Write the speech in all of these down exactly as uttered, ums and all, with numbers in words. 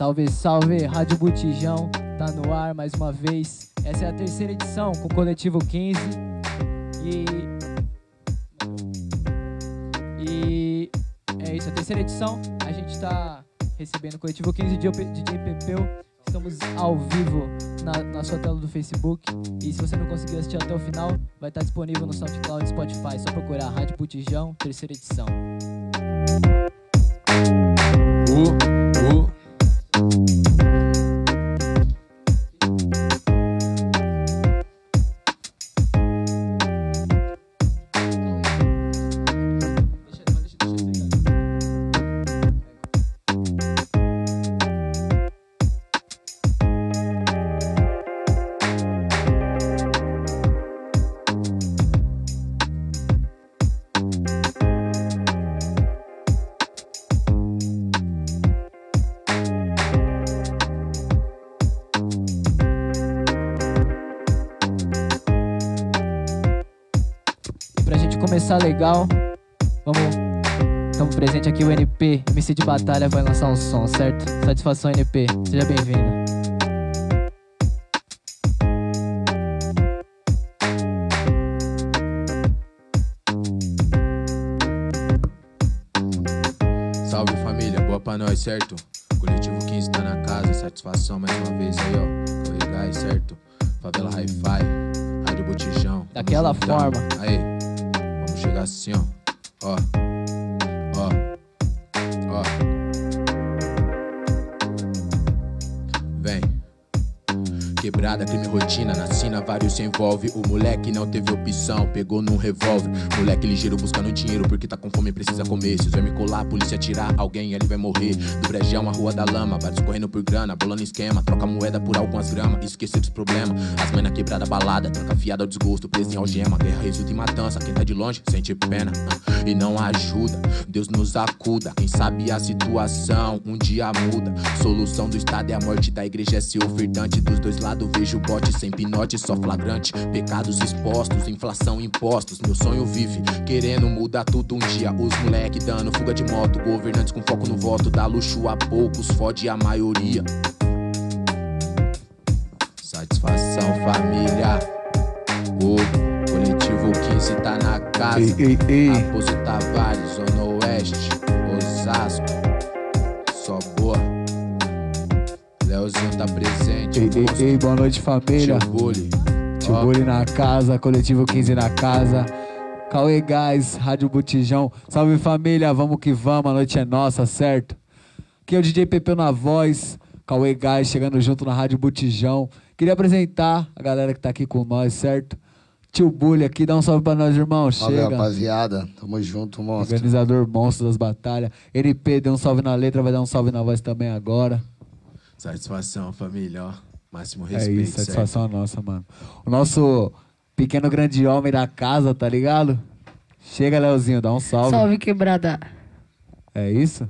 Salve, salve, Rádio Botijão, tá no ar mais uma vez. Essa é a terceira edição com o Coletivo quinze. E... E... é isso, a terceira edição. A gente tá recebendo o Coletivo quinze de D J Pepeu. Estamos ao vivo na, na sua tela do Facebook. E se você não conseguiu assistir até o final, vai estar disponível no SoundCloud e Spotify. Só procurar Rádio Botijão, terceira edição. Uh, uh. Começar legal, vamos, estamos presente aqui o N P, M C de batalha vai lançar um som, certo? Satisfação N P, seja bem-vindo. Salve família, boa pra nós, certo? Coletivo quinze tá na casa, satisfação mais uma vez aí ó, Corregais, certo? Favela Hi-Fi, Rádio Botijão. Daquela forma. Aí. Chega assim, ó, ó, ó, ó. Vem. Quebrada, crime, rotina, na sina vários se envolve. O moleque não teve opção, pegou num revólver. Moleque ligeiro buscando dinheiro porque tá com fome e precisa comer. Se vai me colar, a polícia atirar, alguém ele vai morrer. Do brejão, a rua da lama, vários correndo por grana, bolando esquema, troca moeda por algumas gramas, esquecer dos problemas. As mães na quebrada, balada, tranca fiada ao desgosto, preso em algema. Guerra resulta em matança, quem tá de longe sente pena uh, e não ajuda, Deus nos acuda. Quem sabe a situação um dia muda. Solução do estado é a morte da igreja, é ser ofertante dos dois lados. Vejo bote sem pinote, só flagrante. Pecados expostos, inflação, impostos. Meu sonho vive, querendo mudar tudo um dia. Os moleque dando fuga de moto, governantes com foco no voto. Dá luxo a poucos, fode a maioria. Satisfação família. O Coletivo quinze tá na casa. Ei, ei, ei. Raposo Tavares, Zona Oeste, Osasco. Só boa. Leozinho tá presente. Ei, ei, ei, boa noite família. Tio Bully. Tio Bully na casa, Coletivo quinze na casa. Cauê Gás, Rádio Botijão. Salve família, vamos que vamos, a noite é nossa, certo? Aqui é o D J Pepeu na voz, Cauê Gás chegando junto na Rádio Botijão. Queria apresentar a galera que tá aqui com nós, certo? Tio Bully aqui, dá um salve pra nós, irmão. Salve, chega. rapaziada. Tamo junto, monstro. Organizador monstro das batalhas. N P, deu um salve na letra, vai dar um salve na voz também agora. Satisfação, família, ó. Máximo respeito. É isso, satisfação certo? Nossa, mano. O nosso pequeno grande homem da casa, tá ligado? Chega, Leozinho, dá um salve. Salve, quebrada. É isso?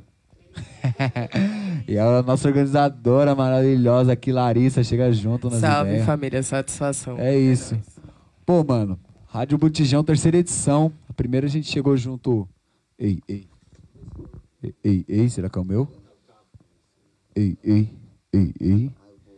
E a nossa organizadora maravilhosa aqui, Larissa, chega junto nas Salve, ideias. família, satisfação. É isso. Pô, mano, Rádio Botijão, terceira edição. A primeira a gente chegou junto... Ei, ei. Ei, ei, ei, será que é o meu? Ei, ei. Ei, ei.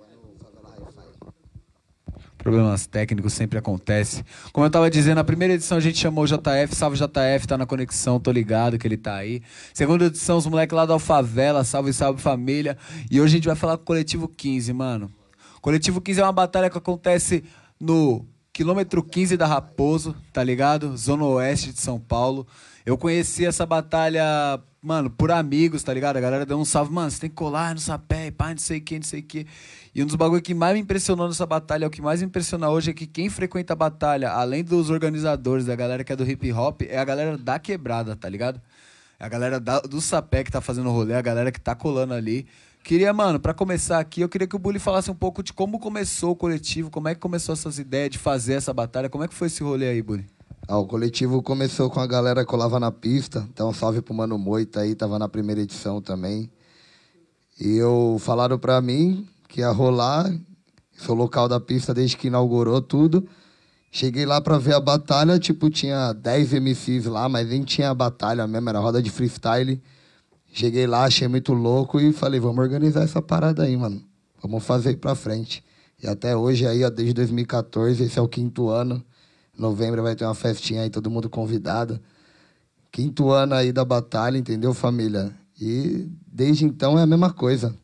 Problemas técnicos sempre acontecem. Como eu tava dizendo, na primeira edição a gente chamou o J F, salve J F, tá na conexão, tô ligado que ele tá aí. Segunda edição, os moleques lá da Alfavela, salve, salve família. E hoje a gente vai falar com o Coletivo quinze, mano. Coletivo quinze é uma batalha que acontece no quilômetro quinze da Raposo, tá ligado? Zona Oeste de São Paulo. Eu conheci essa batalha, mano, por amigos, tá ligado? A galera deu um salve, mano, você tem que colar no sapé, pá, não sei o que, não sei o que. E um dos bagulhos que mais me impressionou nessa batalha, o que mais me impressiona hoje é que quem frequenta a batalha, além dos organizadores, da galera que é do hip hop, é a galera da quebrada, tá ligado? É a galera da, do sapé que tá fazendo o rolê, a galera que tá colando ali. Queria, mano, pra começar aqui, eu queria que o Bully falasse um pouco de como começou o coletivo, como é que começou essas ideias de fazer essa batalha, como é que foi esse rolê aí, Bully? Ah, o coletivo começou com a galera que colava na pista. Então, um salve pro Mano Moita aí, tava na primeira edição também. E eu falaram pra mim que ia rolar, sou local da pista desde que inaugurou tudo. Cheguei lá pra ver a batalha, tipo, tinha dez M Cs lá, mas nem tinha a batalha mesmo, era roda de freestyle. Cheguei lá, achei muito louco e falei, vamos organizar essa parada aí, mano. Vamos fazer ir pra frente. E até hoje aí, ó, desde dois mil e quatorze, esse é o quinto ano. Em novembro vai ter uma festinha aí, todo mundo convidado. Quinto ano aí da batalha, entendeu, família? E desde então é a mesma coisa.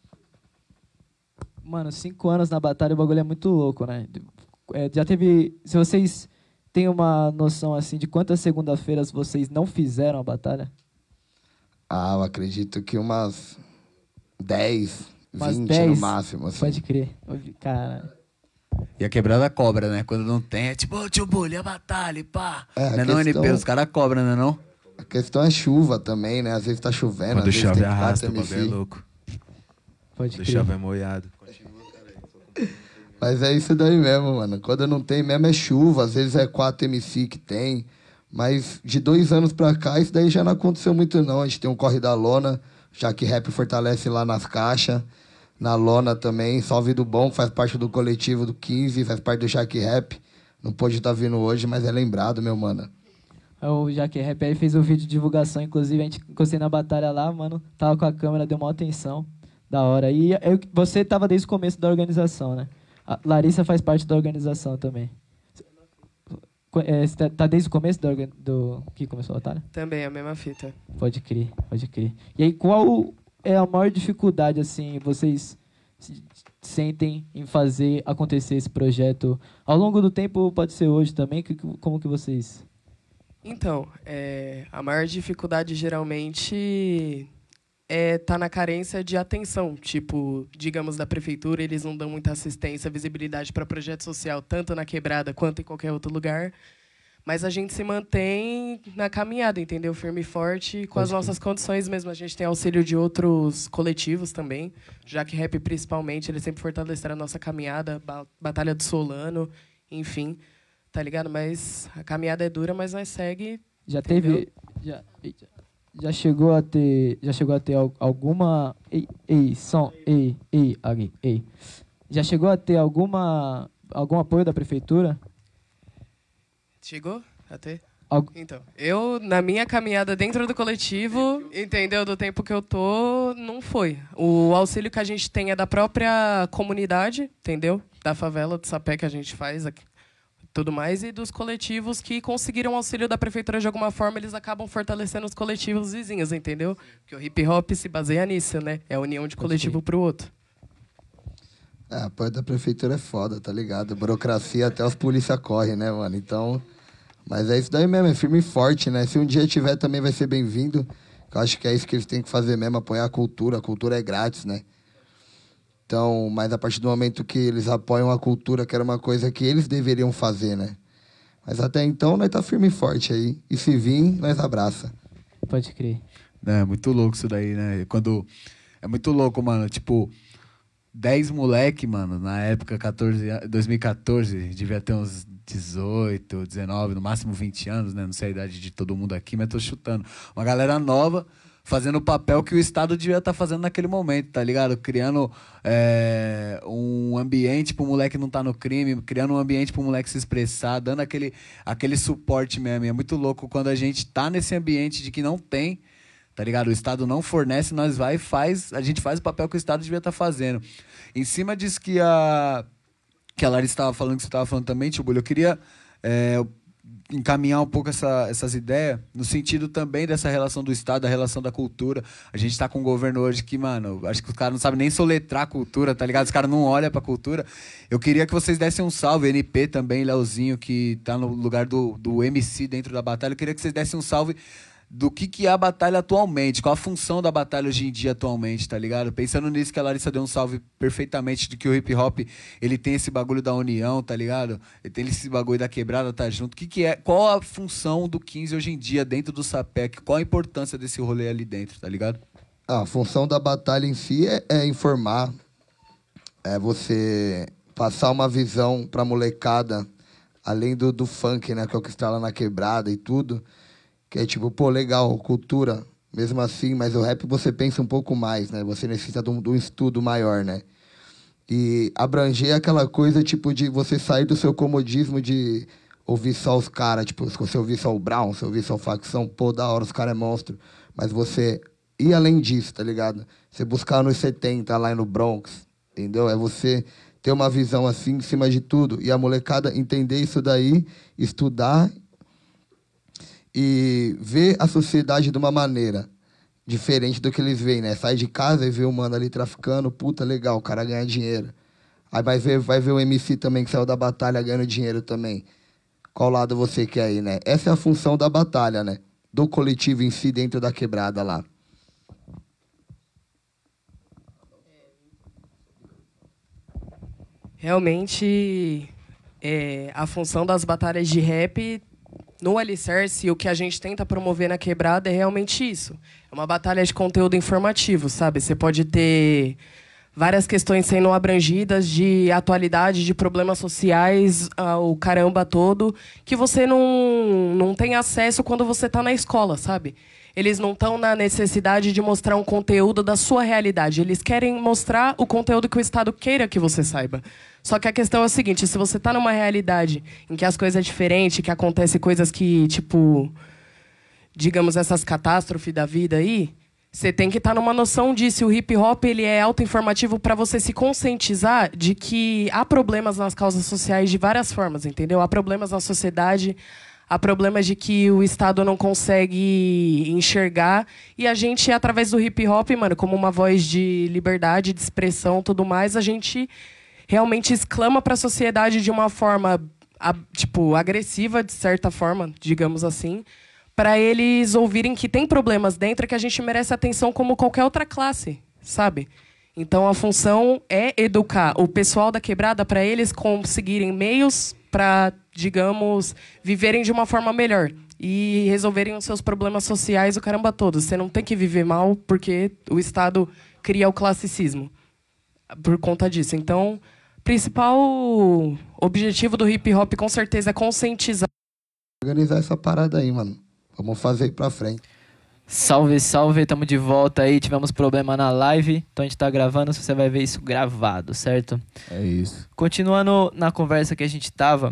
Mano, cinco anos na batalha, o bagulho é muito louco, né? É, já teve... Se vocês têm uma noção, assim, de quantas segunda-feiras vocês não fizeram a batalha? Ah, eu acredito que umas dez, Umas vinte dez? no máximo. Assim. Pode crer. Cara... E a quebrada cobra, né? Quando não tem, é tipo, ô tio Bully, a batalha, e pá. É, a não é não, questão- N P? Os caras cobram, né não? A questão é chuva também, né? Às vezes tá chovendo, Quando às vezes chove tem arrasta, o quatro bagulho é M C. louco. Pode Quando crer. chove é molhado. Mas é isso daí mesmo, mano. Quando não tem mesmo é chuva, às vezes é quatro M C que tem. Mas de dois anos pra cá, isso daí já não aconteceu muito, não. A gente tem um Corre da Lona, já que Rap fortalece lá nas caixas. Na Lona também, Salve do Bom, faz parte do coletivo do quinze, faz parte do Jaque Rap. Não pôde estar vindo hoje, mas é lembrado, meu mano. O Jaque Rap aí fez o vídeo de divulgação, inclusive a gente encostei na batalha lá, mano. Tava com a câmera, deu maior atenção. Da hora. E eu, você tava desde o começo da organização, né? A Larissa faz parte da organização também. É, você tá- tá desde o começo do, organ- do que começou a batalha? Também, a mesma fita. Pode crer, pode crer. E aí, qual é a maior dificuldade, assim, vocês se- sentem em fazer acontecer esse projeto? Ao longo do tempo, pode ser hoje também, que- que- como que vocês... Então, é, a maior dificuldade geralmente é tá na carência de atenção. Tipo, digamos, da prefeitura, eles não dão muita assistência, visibilidade para projeto social, tanto na Quebrada quanto em qualquer outro lugar. Mas a gente se mantém na caminhada, entendeu? Firme e forte, com as nossas condições mesmo. A gente tem auxílio de outros coletivos também, já que Rap principalmente, eles sempre fortaleceram a nossa caminhada, ba- Batalha do Solano, enfim, tá ligado? Mas a caminhada é dura, mas nós segue. Já Entendeu? teve... Já, eita. já chegou a ter... Já chegou a ter al- alguma... Ei, ei, som, ei, ei, aqui, ei. Já chegou a ter alguma... Algum apoio da prefeitura? Chegou até? Algu- Então, eu, na minha caminhada dentro do coletivo, entendeu? Do tempo que eu tô, não foi. O auxílio que a gente tem é da própria comunidade, entendeu? Da favela, do sapé que a gente faz aqui, tudo mais, e dos coletivos que conseguiram auxílio da prefeitura de alguma forma, eles acabam fortalecendo os coletivos vizinhos, entendeu? Porque o hip hop se baseia nisso, né? É a união de coletivo pro outro. É, apoio da prefeitura é foda, tá ligado? Burocracia até os polícia correm, né, mano? Então... Mas é isso daí mesmo, é firme e forte, né? Se um dia tiver também vai ser bem-vindo. Eu acho que é isso que eles têm que fazer mesmo, apoiar a cultura. A cultura é grátis, né? Então, mas a partir do momento que eles apoiam a cultura, que era uma coisa que eles deveriam fazer, né? Mas até então, nós tá firme e forte aí. E se vir, nós abraça. Pode crer. É muito louco isso daí, né? Quando... É muito louco, mano. Tipo, dez moleque, mano, na época, quatorze, an- dois mil e quatorze, devia ter uns dezoito, dezenove, no máximo vinte anos, né? Não sei a idade de todo mundo aqui, mas tô chutando. Uma galera nova fazendo o papel que o Estado devia estar fazendo naquele momento, tá ligado? Criando é, um ambiente pro moleque não estar no crime, criando um ambiente pro moleque se expressar, dando aquele, aquele suporte mesmo. E é muito louco quando a gente tá nesse ambiente de que não tem, tá ligado? O Estado não fornece, nós vai e faz, a gente faz o papel que o Estado devia estar fazendo. Em cima disso que a, que a Larissa estava falando, que você estava falando também, Tio Bulho, eu queria é, encaminhar um pouco essa, essas ideias no sentido também dessa relação do Estado, da relação da cultura. A gente está com um governo hoje que, mano, acho que os caras não sabem nem soletrar a cultura, tá ligado? Os caras não olham pra cultura. Eu queria que vocês dessem um salve, N P também, Leozinho, que tá no lugar do, do M C dentro da batalha. Eu queria que vocês dessem um salve do que, que é a batalha atualmente, qual a função da batalha hoje em dia atualmente, tá ligado? Pensando nisso que a Larissa deu um salve perfeitamente de que o hip hop, ele tem esse bagulho da união, tá ligado? Ele tem esse bagulho da quebrada, tá junto. O que que é, qual a função do quinze hoje em dia dentro do Sapec? Qual a importância desse rolê ali dentro, tá ligado? Ah, a função da batalha em si é, é informar, é você passar uma visão pra molecada, além do, do funk, né, que é o que está lá na quebrada e tudo, que é tipo, pô, legal, cultura, mesmo assim, mas o rap você pensa um pouco mais, né? Você necessita de um, de um estudo maior, né? E abranger aquela coisa, tipo, de você sair do seu comodismo de ouvir só os caras, tipo, se você ouvir só o Brown, se ouvir só o Facção, pô, da hora, os caras é monstro. Mas você ir além disso, tá ligado? Você buscar nos setenta lá no Bronx, entendeu? É você ter uma visão assim em cima de tudo. E a molecada entender isso daí, estudar e ver a sociedade de uma maneira diferente do que eles veem, né? Sai de casa e vê o mano ali traficando, puta, legal, o cara ganha dinheiro. Aí vai ver, vai ver o M C também que saiu da batalha ganhando dinheiro também. Qual lado você quer ir, né? Essa é a função da batalha, né? Do coletivo em si dentro da quebrada lá. Realmente, é, a função das batalhas de rap no Alicerce, o que a gente tenta promover na quebrada é realmente isso. É uma batalha de conteúdo informativo, sabe? Você pode ter várias questões sendo abrangidas de atualidade, de problemas sociais, ah, o caramba todo, que você não, não tem acesso quando você está na escola, sabe? Eles não estão na necessidade de mostrar um conteúdo da sua realidade. Eles querem mostrar o conteúdo que o Estado queira que você saiba. Só que a questão é o seguinte, se você está numa realidade em que as coisas é diferente, que acontecem coisas que, tipo, digamos, essas catástrofes da vida aí, você tem que estar numa noção disso. O hip-hop ele é autoinformativo para você se conscientizar de que há problemas nas causas sociais de várias formas, entendeu? Há problemas na sociedade, há problemas de que o Estado não consegue enxergar. E a gente, através do hip-hop, mano, como uma voz de liberdade, de expressão, tudo mais, a gente realmente exclama para a sociedade de uma forma, tipo, agressiva, de certa forma, digamos assim, para eles ouvirem que tem problemas dentro, que a gente merece atenção como qualquer outra classe, sabe? Então a função é educar o pessoal da quebrada para eles conseguirem meios para, digamos, viverem de uma forma melhor e resolverem os seus problemas sociais, o caramba todo. Você não tem que viver mal porque o Estado cria o classicismo por conta disso. Então, o principal objetivo do hip-hop com certeza é conscientizar. Organizar essa parada aí, mano. Vamos fazer aí pra frente. Salve, salve, tamo de volta aí. Tivemos problema na live, então a gente tá gravando, você vai ver isso gravado, certo? É isso. Continuando na conversa que a gente tava,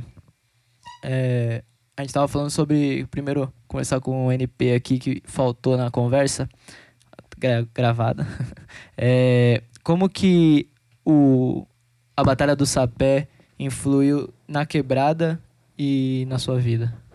é, a gente tava falando sobre, primeiro, conversar com o N P aqui, que faltou na conversa, gra- gravada. É, como que o, a Batalha do Sapé influiu na quebrada e na sua vida?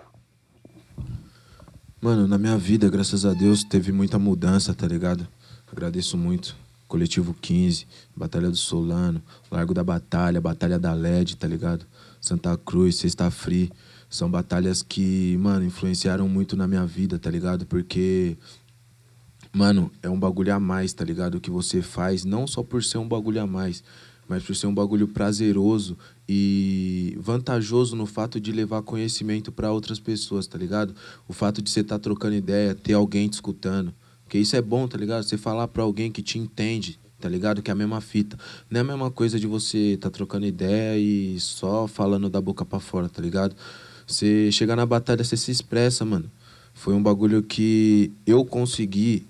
Mano, na minha vida, graças a Deus, teve muita mudança, tá ligado? Agradeço muito. Coletivo quinze, Batalha do Solano, Largo da Batalha, Batalha da L E D, tá ligado? Santa Cruz, Sexta Free. São batalhas que, mano, influenciaram muito na minha vida, tá ligado? Porque, mano, é um bagulho a mais, tá ligado? O que você faz, não só por ser um bagulho a mais, mas por ser um bagulho prazeroso e vantajoso no fato de levar conhecimento para outras pessoas, tá ligado? O fato de você estar tá trocando ideia, ter alguém te escutando. Porque isso é bom, tá ligado? Você falar para alguém que te entende, tá ligado? Que é a mesma fita. Não é a mesma coisa de você tá trocando ideia e só falando da boca para fora, tá ligado? Você chegar na batalha, você se expressa, mano. Foi um bagulho que eu consegui,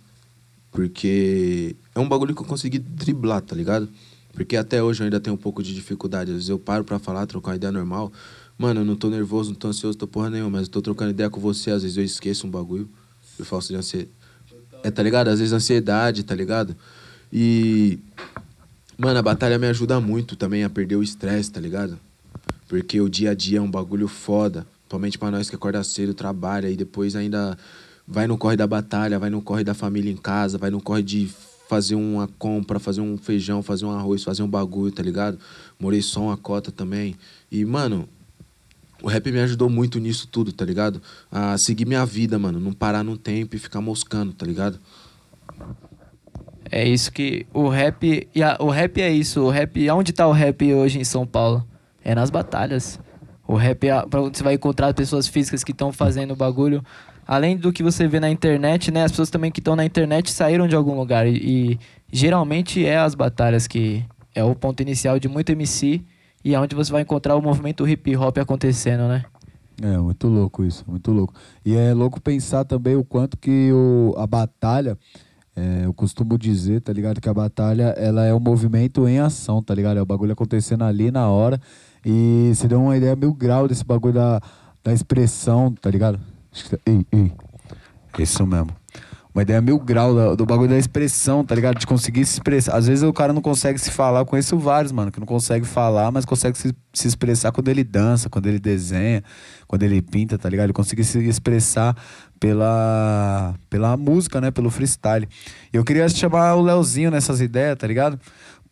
porque é um bagulho que eu consegui driblar, tá ligado? Porque até hoje eu ainda tenho um pouco de dificuldade. Às vezes eu paro pra falar, trocar uma ideia normal. Mano, eu não tô nervoso, não tô ansioso, tô porra nenhuma, mas eu tô trocando ideia com você. Às vezes eu esqueço um bagulho. Eu faço de ansiedade. É, tá ligado? Às vezes ansiedade, tá ligado? E... Mano, a batalha me ajuda muito também a perder o estresse, tá ligado? Porque o dia a dia é um bagulho foda. Principalmente pra nós que acorda cedo, trabalha e depois ainda vai no corre da batalha, vai no corre da família em casa, vai no corre de fazer uma compra, fazer um feijão, fazer um arroz, fazer um bagulho, tá ligado? Morei só uma cota também. E, mano, o rap me ajudou muito nisso tudo, tá ligado? A seguir minha vida, mano. Não parar no tempo e ficar moscando, tá ligado? É isso que o rap... E a, o rap é isso. O rap... Onde tá o rap hoje em São Paulo? É nas batalhas. O rap é... Pra onde você vai encontrar pessoas físicas que estão fazendo o bagulho. Além do que você vê na internet, né? As pessoas também que estão na internet saíram de algum lugar. E, e geralmente é as batalhas que é o ponto inicial de muito M C e é onde você vai encontrar o movimento hip hop acontecendo, né? É, muito louco isso, muito louco. E é louco pensar também o quanto que o, a batalha, é, eu costumo dizer, tá ligado? Que a batalha, ela é um movimento em ação, tá ligado? É o bagulho acontecendo ali na hora. E você deu uma ideia mil grau desse bagulho da, da expressão, tá ligado? Ei, ei. Isso mesmo. Uma ideia mil grau do, do bagulho da expressão, tá ligado? De conseguir se expressar. Às vezes o cara não consegue se falar. Eu conheço vários, mano, que não consegue falar, mas consegue se, se expressar quando ele dança, quando ele desenha, quando ele pinta, tá ligado? Ele consegue se expressar pela, pela música, né? Pelo freestyle. E eu queria chamar o Leozinho nessas ideias, tá ligado?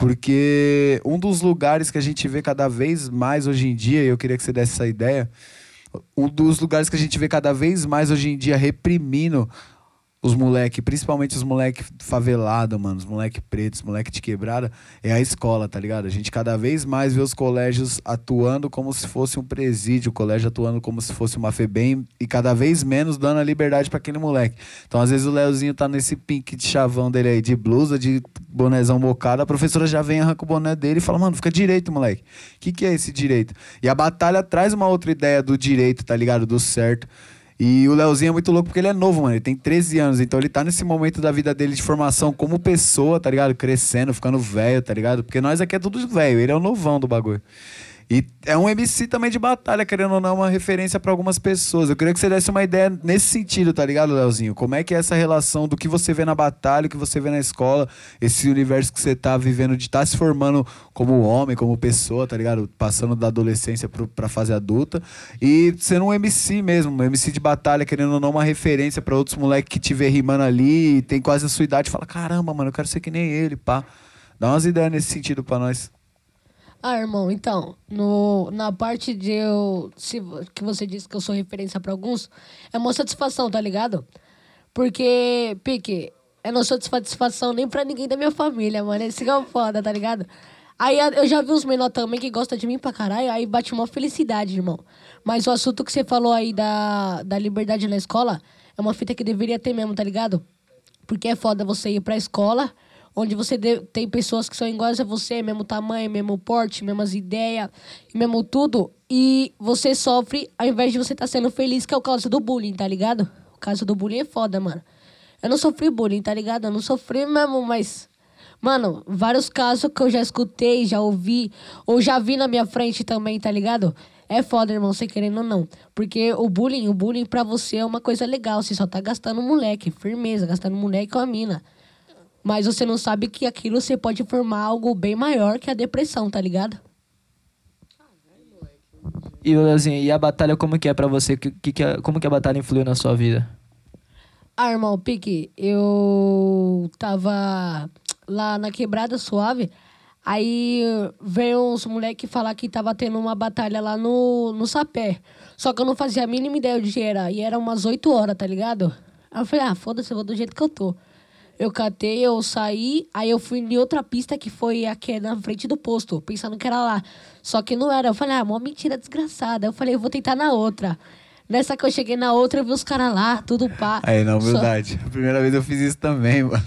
Porque um dos lugares que a gente vê cada vez mais hoje em dia, e eu queria que você desse essa ideia, um dos lugares que a gente vê cada vez mais hoje em dia reprimindo os moleque, principalmente os moleque favelado, mano, os moleque pretos, moleque de quebrada, é a escola, tá ligado? A gente cada vez mais vê os colégios atuando como se fosse um presídio, o colégio atuando como se fosse uma FEBEM e cada vez menos dando a liberdade pra aquele moleque. Então, às vezes o Leozinho tá nesse pink de chavão dele aí, de blusa, de bonézão bocado, a professora já vem, arranca o boné dele e fala, mano, fica direito, moleque. O que que é esse direito? E a batalha traz uma outra ideia do direito, tá ligado? Do certo. E o Leozinho é muito louco porque ele é novo, mano. Ele tem treze anos, então ele tá nesse momento da vida dele de formação como pessoa, tá ligado? Crescendo, ficando velho, tá ligado? Porque nós aqui é tudo velho, ele é o novão do bagulho. E é um M C também de batalha, querendo ou não, uma referência pra algumas pessoas. Eu queria que você desse uma ideia nesse sentido, tá ligado, Leozinho? Como é que é essa relação do que você vê na batalha, o que você vê na escola, esse universo que você tá vivendo de estar tá se formando como homem, como pessoa, tá ligado? Passando da adolescência pro, pra fase adulta. E sendo um M C mesmo, um M C de batalha, querendo ou não, uma referência pra outros moleques que te vê rimando ali e tem quase a sua idade e fala, caramba, mano, eu quero ser que nem ele, pá. Dá umas ideias nesse sentido pra nós. Ah, irmão, então, no, na parte de eu... Se, que você disse que eu sou referência pra alguns, é uma satisfação, tá ligado? Porque, Pique, eu não sou de satisfação nem pra ninguém da minha família, mano. Esse é o foda, tá ligado? Aí eu já vi uns menor também que gostam de mim pra caralho, aí bate uma felicidade, irmão. Mas o assunto que você falou aí da, da liberdade na escola é uma fita que deveria ter mesmo, tá ligado? Porque é foda você ir pra escola, onde você de, tem pessoas que são iguais a você, mesmo tamanho, mesmo porte, mesmas ideias, mesmo tudo, e você sofre ao invés de você estar tá sendo feliz, que é o caso do bullying, tá ligado? O caso do bullying é foda, mano. Eu não sofri bullying, tá ligado? Eu não sofri mesmo, mas... Mano, vários casos que eu já escutei, já ouvi, ou já vi na minha frente também, tá ligado? É foda, irmão, você querendo ou não. Porque o bullying, o bullying pra você é uma coisa legal, você só tá gastando moleque, firmeza, gastando moleque com a mina. Mas você não sabe que aquilo você pode formar algo bem maior que a depressão, tá ligado? E, Leozinho, e a batalha como que é pra você? Que, que, que é, como que a batalha influiu na sua vida? Ah, irmão, Pique, eu tava lá na Quebrada Suave, aí veio uns moleque falar que tava tendo uma batalha lá no, no Sapé. Só que eu não fazia a mínima ideia de que era, e era umas oito horas, tá ligado? Aí eu falei, ah, foda-se, eu vou do jeito que eu tô. Eu catei, eu saí, aí eu fui em outra pista que foi aqui na frente do posto, pensando que era lá. Só que não era. Eu falei, ah, mó mentira desgraçada. Eu falei, eu vou tentar na outra. Nessa que eu cheguei na outra, eu vi os caras lá, tudo pá. Aí, na humildade. Só... A primeira vez eu fiz isso também, mano.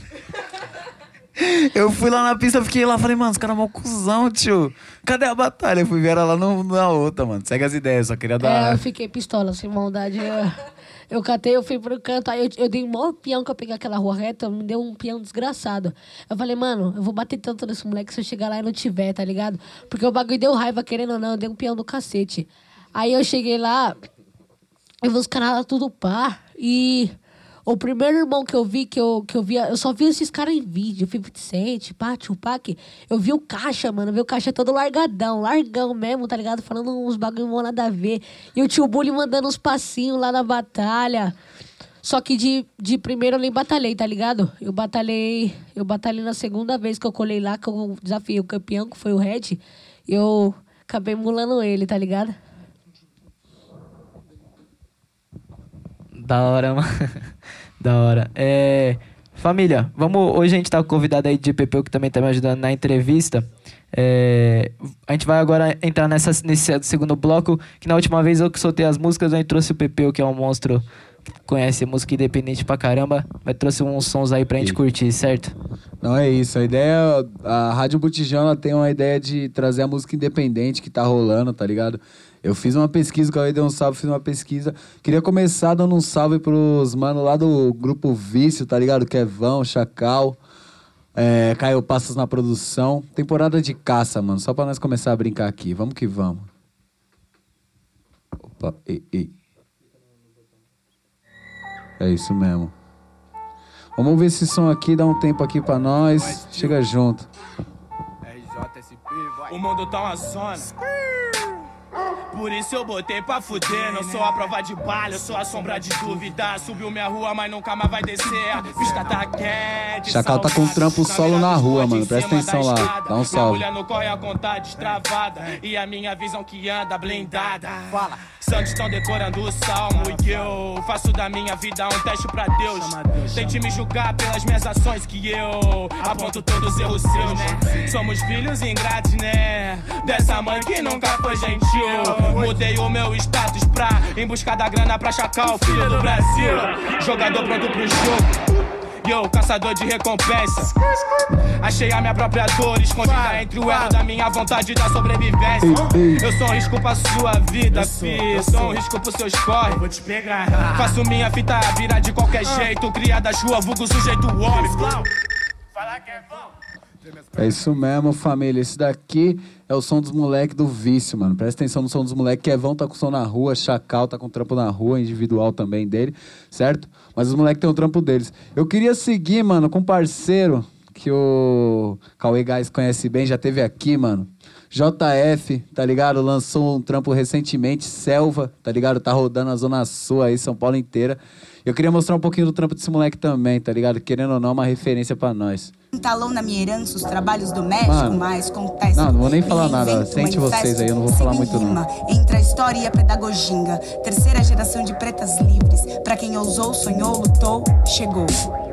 Eu fui lá na pista, fiquei lá, falei, mano, os caras mó cuzão, tio. Cadê a batalha? Eu fui ver ela lá no, na outra, mano. Segue as ideias, só queria dar... É, eu fiquei pistola, sem maldade. Eu, eu catei, eu fui pro canto, aí eu, eu dei um maior peão que eu peguei aquela rua reta, me deu um peão desgraçado. Eu falei, mano, eu vou bater tanto nesse moleque se eu chegar lá e não tiver, tá ligado? Porque o bagulho deu raiva, querendo ou não, eu dei um peão do cacete. Aí eu cheguei lá, eu vi os caras lá tudo pá, e... O primeiro irmão que eu vi, que eu, que eu via... Eu só vi esses caras em vídeo, cinquenta Cent, pá, Tupac. Eu vi o Caixa, mano. Eu vi o Caixa todo largadão, largão mesmo, tá ligado? Falando uns bagulho não nada a ver. E o tio Bully mandando uns passinhos lá na batalha. Só que de, de primeiro eu nem batalhei, tá ligado? Eu batalhei... Eu batalhei na segunda vez que eu colei lá, que eu desafiei o campeão, que foi o Red. E eu acabei emulando ele, tá ligado? Da hora, mano. Da hora. É... Família, vamos... Hoje a gente tá com o convidado aí de P P, que também tá me ajudando na entrevista. É... A gente vai agora entrar nessa, nesse segundo bloco, que na última vez eu que soltei as músicas, a gente trouxe o P P, que é um monstro que conhece música independente pra caramba. Vai trouxe uns sons aí pra gente curtir, certo? Não, é isso. A ideia... A Rádio Botijão, ela tem uma ideia de trazer a música independente que tá rolando, tá ligado? Eu fiz uma pesquisa, o Cauê deu um salve, fiz uma pesquisa. Queria começar dando um salve pros manos lá do Grupo Vício, tá ligado? Kevão, Chacal, é, Caio Passos na produção. Temporada de caça, mano. Só pra nós começar a brincar aqui. Vamos que vamos. Opa, ei, ei. É isso mesmo. Vamos ver esse som aqui, dá um tempo aqui pra nós. Chega junto. R J S P, vai. O mundo tá uma zona. Por isso eu botei pra fuder. Não sou a prova de bala, eu sou a sombra de dúvida. Subiu minha rua, mas nunca mais vai descer. A pista tá quente. Chacal tá com trampo solo na rua, mano. Presta atenção lá. Dá um salve. Minha mulher não corre a conta destravada. E a minha visão que anda blindada. Fala. Santos estão decorando o salmo. E eu faço da minha vida um teste pra Deus. Tente me julgar pelas minhas ações, que eu aponto todos os erros seus, né? Somos filhos ingratos, né? Dessa mãe que nunca foi gentil. Mudei o meu status pra em busca da grana pra Chacal, filho do Brasil. Jogador pronto pro jogo. Yo, caçador de recompensa. Achei a minha própria dor escondida entre o elo da minha vontade da sobrevivência. Eu sou um risco pra sua vida, fi. Eu sou um risco pros seus corre. Vou te pegar. Faço minha fita virar de qualquer jeito. Cria da rua, vulgo sujeito homem. Falar que é bom. É isso mesmo, família. Esse daqui é o som dos moleques do Vício, mano. Presta atenção no som dos moleques. Kevão tá com som na rua, Chacal tá com trampo na rua, individual também dele, certo? Mas os moleques têm o trampo deles. Eu queria seguir, mano, com um parceiro que o Cauê Gás conhece bem, já teve aqui, mano. J F, tá ligado? Lançou um trampo recentemente, Selva, tá ligado? Tá rodando a Zona Sul aí, São Paulo inteira. Eu queria mostrar um pouquinho do trampo desse moleque também, tá ligado? Querendo ou não, uma referência pra nós. Talão na minha herança, os trabalhos domésticos, Mano, mais acontece. Não, não vou nem falar nada, sente vocês aí, eu não vou falar muito não. Entre a história e a pedagoginga, terceira geração de pretas livres. Pra quem ousou, sonhou, lutou, chegou.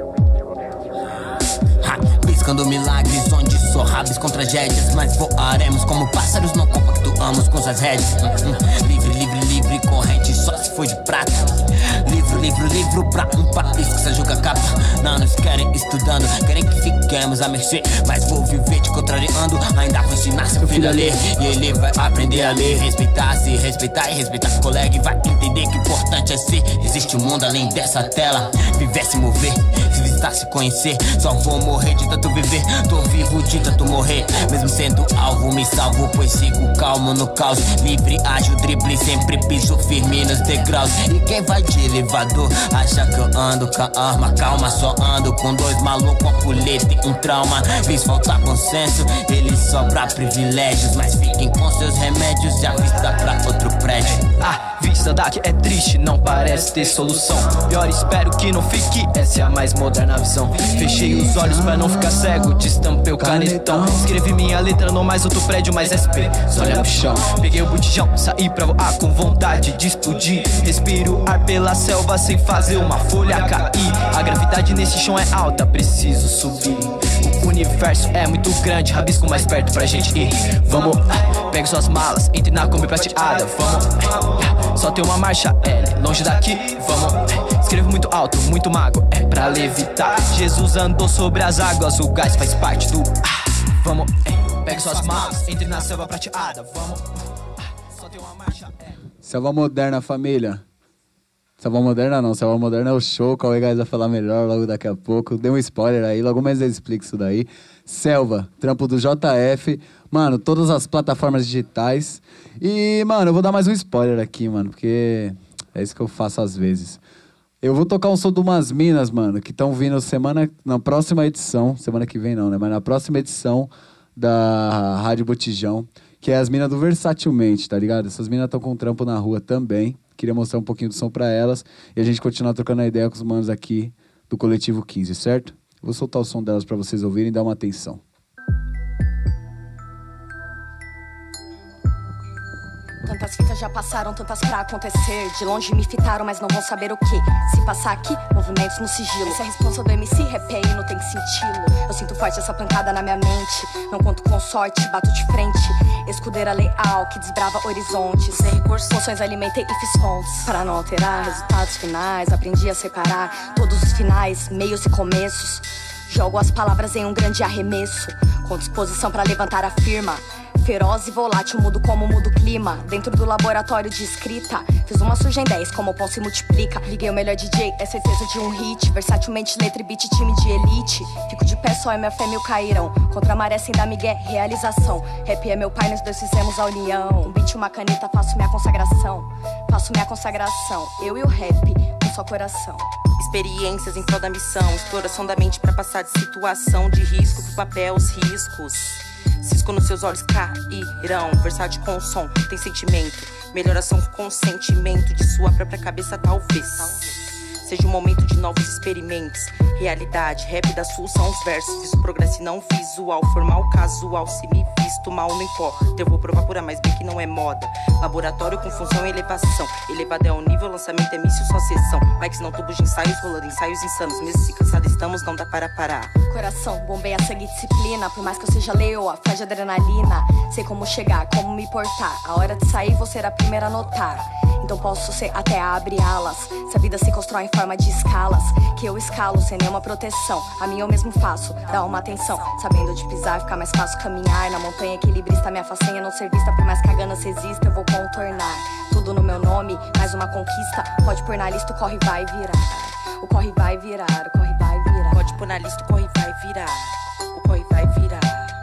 Piscando milagres, onde sorrabes com tragédias. Mas voaremos como pássaros, não compactuamos com suas rédeas. hum, hum. Livre, livre, livre, corrente, só se for de prata. Livro, livro, livro pra um país que se julga capa. Não nos querem estudando, querem que fiquemos a mercê. Mas vou viver te contrariando, ainda vou ensinar seu filho a ler. E ele vai aprender a ler, respeitar, se respeitar e respeitar o colega. E vai entender que o importante é ser. Existe um mundo além dessa tela. Viver, se mover, se visitar, se conhecer. Só vou morrer de tanto viver, tô vivo de tanto morrer. Mesmo sendo alvo, me salvo, pois sigo calmo no caos. Livre, ágil, drible, sempre piso firme nos degraus. E quem vai de elevador acha que eu ando com a arma. Calma, só ando com dois malucos, uma coleta e um trauma. Lhes falta consenso, eles sobram privilégios. Mas fiquem com seus remédios e a vista pra outro prédio. A vista daqui é triste, não parece ter solução. Pior, espero que não fique, essa é a mais moderna visão. Fechei os olhos pra não ficar cego, destampei o canetão. Escrevi minha letra no mais alto prédio, mais S P, só olha pro chão. Peguei o botijão, saí pra voar com vontade de explodir. Respiro ar pela selva sem fazer uma folha cair. A gravidade nesse chão é alta, preciso subir. O universo é muito grande, rabisco mais perto pra gente ir. Vamos, pega suas malas, entre na Kombi prateada. Vamos, só tem uma marcha L, longe daqui, vamos. Escrevo muito alto, muito mago, é pra levitar. Jesus andou sobre as águas, o gás faz parte do vamos, pega suas malas, entre na selva prateada. Vamos, só tem uma marcha L. Selva Moderna, família. Selva Moderna não, Selva Moderna é o show, o Cauê Gás vai falar melhor logo daqui a pouco. Deu um spoiler aí, logo mais eu explico isso daí. Selva, trampo do J F, mano, todas as plataformas digitais. E, mano, eu vou dar mais um spoiler aqui, mano, porque é isso que eu faço às vezes. Eu vou tocar um som de umas minas, mano, que estão vindo semana, na próxima edição, semana que vem não, né, mas na próxima edição da Rádio Botijão, que é as minas do Versatilmente, tá ligado? Essas minas estão com trampo na rua também. Queria mostrar um pouquinho do som pra elas e a gente continuar trocando a ideia com os manos aqui do Coletivo quinze, certo? Vou soltar o som delas pra vocês ouvirem e dar uma atenção. Tantas fitas já passaram, tantas pra acontecer. De longe me fitaram, mas não vão saber o que se passar aqui, movimentos no sigilo. Essa é a responsa do M C, repé e não tem sentido. Eu sinto forte essa pancada na minha mente. Não conto com sorte, bato de frente. Escudeira leal, que desbrava horizontes. Sem recursos, emoções alimentei e fiz fontes. Para não alterar resultados finais, aprendi a separar todos os finais, meios e começos. Jogo as palavras em um grande arremesso, com disposição pra levantar a firma. Feroz e volátil, mudo como mudo o clima. Dentro do laboratório de escrita, fiz uma surge em dez, como o pão se multiplica. Liguei o melhor D J, é certeza de um hit. Versatilmente, letra e beat, time de elite. Fico de pé só e minha fé mil cairão. Contra a maré sem dar migué, realização. Rap é meu pai, nós dois fizemos a união. Um beat, uma caneta, faço minha consagração. Faço minha consagração, eu e o rap, com só coração. Experiências em prol da missão, exploração da mente pra passar de situação de risco pro papel, os riscos. Cisco nos seus olhos cairão, versátil com som, tem sentimento. Melhoração com consentimento de sua própria cabeça, talvez. Seja um momento de novos experimentos. Realidade, rap da sul são os versos. Viso progresso e não visual, formal, casual. Se me visto mal, não importa. Eu vou provar por A mais B que não é moda. Laboratório com função e elevação. Elevado é o nível, lançamento é míssil, só sessão. Mics não tubos de ensaios, rolando ensaios insanos. Mesmo se cansado estamos, não dá para parar. Coração, bombeia, sangue e disciplina. Por mais que eu seja leoa, faz de adrenalina. Sei como chegar, como me portar. A hora de sair, vou ser a primeira a notar. Então posso ser até abre alas. Se a vida se constrói em forma de escalas, que eu escalo sem nenhuma proteção. A mim eu mesmo faço, dá uma atenção. Sabendo onde pisar, fica mais fácil caminhar. Na montanha equilibrista, minha façanha não ser vista. Por mais que a ganância exista, eu vou contornar. Tudo no meu nome, mais uma conquista. Pode pôr na lista, o corre vai virar. O corre vai virar, o corre vai virar. Pode pôr na lista, o corre vai virar. O corre vai virar.